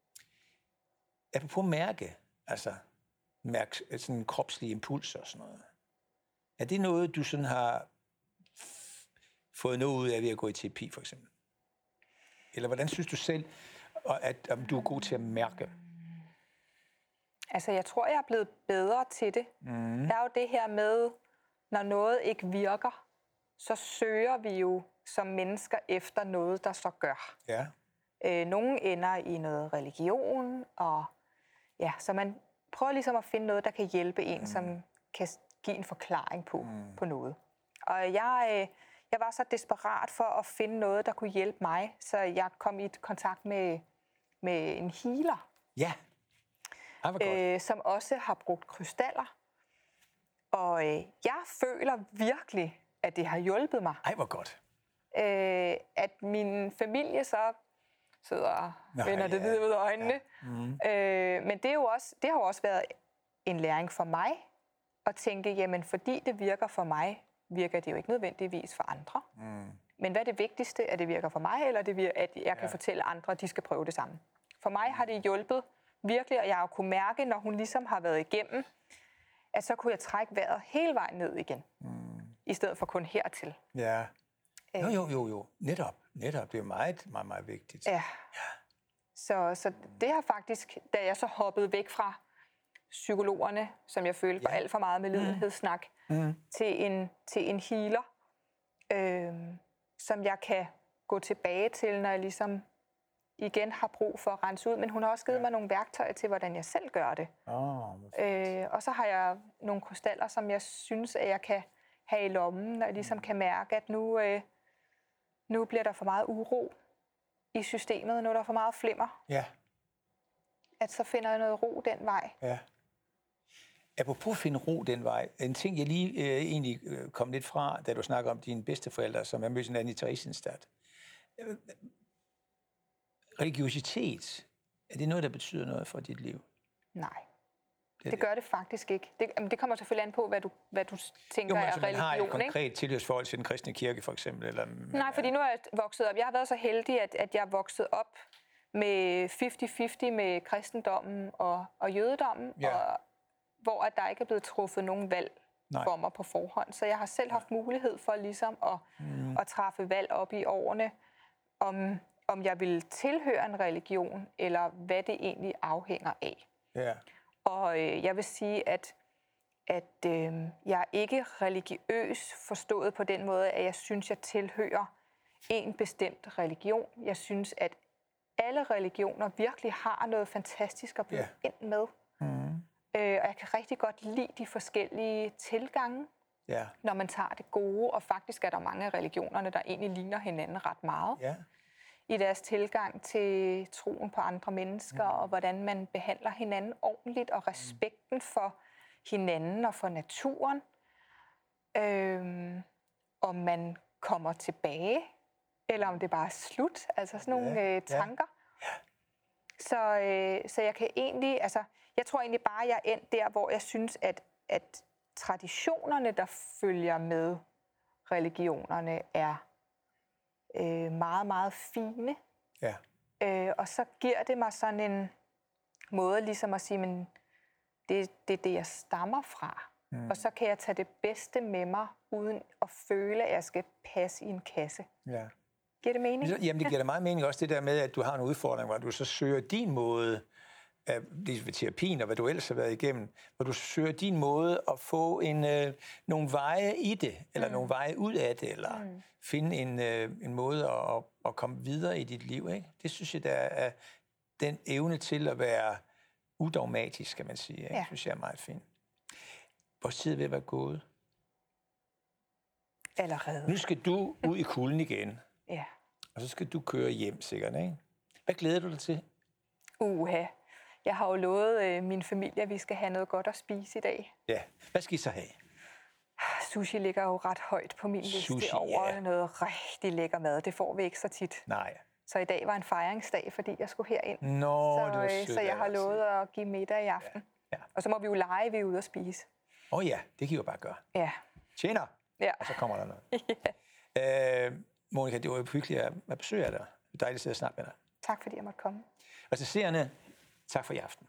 Apropos mærke, altså mærke sådan kropslige impulser og sådan noget. Er det noget, du sådan har f- fået noget ud af ved at gå i terapi, for eksempel? Eller hvordan synes du selv, og at om du er god til at mærke? Altså, jeg tror, jeg er blevet bedre til det. Mm. Der er jo det her med, når noget ikke virker, så søger vi jo som mennesker efter noget, der så gør. Ja, Øh, nogle ender i noget religion, og ja, så man prøver ligesom at finde noget, der kan hjælpe en, mm. som kan give en forklaring på, mm. på noget. Og jeg, øh, jeg var så desperat for at finde noget, der kunne hjælpe mig, så jeg kom i kontakt med, med en healer, ja. Ej, hvor godt. øh, som også har brugt krystaller. Og øh, jeg føler virkelig, at det har hjulpet mig. Ej, hvor godt. Øh, at min familie så sidder og Nå, vender det ja, videre ud af øjnene. ja. Mm. Øh, men det, er jo også, det har jo også været en læring for mig at tænke, jamen fordi det virker for mig, virker det jo ikke nødvendigvis for andre. Mm. Men hvad er det vigtigste? At det virker for mig, eller det vir- at jeg kan Ja. fortælle andre, at de skal prøve det samme? For mig har det hjulpet virkelig, og jeg har jo kunne mærke, når hun ligesom har været igennem, at så kunne jeg trække vejret hele vejen ned igen, Mm. i stedet for kun hertil. Ja. Jo, jo, jo, jo. Netop. Netop. Det er meget, meget, meget vigtigt. Ja. Så, så det har faktisk, da jeg så hoppede væk fra psykologerne, som jeg følte var Ja. alt for meget med lidenhedssnak, Mm. til, en, til en healer, øh, som jeg kan gå tilbage til, når jeg ligesom igen har brug for at rense ud. Men hun har også givet Ja. mig nogle værktøjer til, hvordan jeg selv gør det. Oh, Øh, og så har jeg nogle krystaller, som jeg synes, at jeg kan have i lommen, og jeg ligesom kan mærke, at nu, øh, nu bliver der for meget uro i systemet, nu er der for meget flimmer. ja. At så finder jeg noget ro den vej. Ja. Apropos at finde ro den vej, en ting, jeg lige øh, egentlig øh, kom lidt fra, da du snakker om dine bedsteforældre, som er mødt hinanden i Theresienstadt. Øh, religiøsitet, er det noget, der betyder noget for dit liv? Nej. Det, det gør det faktisk ikke. Det, jamen, det kommer selvfølgelig an på, hvad du, hvad du tænker jo, er altså, religion. Man har et konkret ikke? tilhørsforhold til den kristne kirke, for eksempel. Eller, Nej, fordi nu er jeg vokset op. Jeg har været så heldig, at, at jeg er vokset op med halvtreds halvtreds med kristendommen og, og jødedommen, ja. og, hvor at der ikke er blevet truffet nogen valg Nej. for mig på forhånd. Så jeg har selv haft mulighed for ligesom at, mm. at træffe valg op i årene, om, om jeg vil tilhøre en religion, eller hvad det egentlig afhænger af. Ja. Og øh, jeg vil sige, at, at øh, jeg er ikke religiøs forstået på den måde, at jeg synes, jeg tilhører en bestemt religion. Jeg synes, at alle religioner virkelig har noget fantastisk at byde yeah. ind med. Mm. Øh, og jeg kan rigtig godt lide de forskellige tilgange, yeah. når man tager det gode. Og faktisk er der mange af religionerne, der egentlig ligner hinanden ret meget. Yeah. I deres tilgang til troen på andre mennesker, mm. og hvordan man behandler hinanden ordentligt, og respekten for hinanden og for naturen. Øhm, om man kommer tilbage, eller om det bare er slut. Altså sådan nogle ja, øh, tanker. Ja. Så, øh, så jeg kan egentlig, altså, jeg tror egentlig bare, jeg er endt der, hvor jeg synes, at, at traditionerne, der følger med religionerne, er øh, meget, meget fine. Ja. Øh, og så giver det mig sådan en måde ligesom at sige, men det, det er det, jeg stammer fra. Mm. Og så kan jeg tage det bedste med mig, uden at føle, at jeg skal passe i en kasse. Ja. Giver det mening? Jamen, det giver da meget mening også det der med, at du har en udfordring, hvor du så søger din måde, af ved terapien og hvad du ellers har været igennem, hvor du søger din måde at få en, øh, nogle veje i det, eller mm. nogle veje ud af det, eller mm. finde en, øh, en måde at, at komme videre i dit liv. Ikke? Det synes jeg, der er den evne til at være udogmatisk, kan man sige. Ikke? Ja. Det synes jeg er meget fint. Vores tid er ved at være gået. Allerede. Nu skal du ud i kulden igen. Ja. Og så skal du køre hjem, sikkert, ikke? Hvad glæder du dig til? Uha. Jeg har jo lovet øh, min familie, at vi skal have noget godt at spise i dag. Ja. Hvad skal I så have? Sushi ligger jo ret højt på min Sushi, liste over ja. noget rigtig lækker mad. Det får vi ikke så tit. Nej. Så i dag var en fejringsdag, fordi jeg skulle herind. Nå, så, det var sødt, så jeg har lovet at give middag i aften. Ja. Ja. Og så må vi jo lege, vi er ude og spise. Åh oh, ja, det kan I jo bare gøre. Ja. Tjener. Ja. Og så kommer der noget. ja. øh, Monica, det var jo hyggeligt at besøge dig. Det er dejligt at sidde og snakke med dig. Tak fordi jeg måtte komme. Og til seerne, tak for i aften.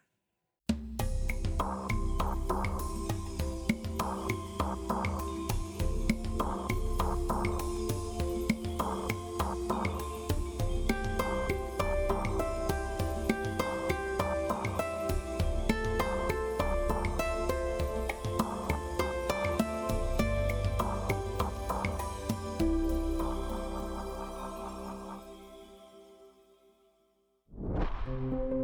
Thank you.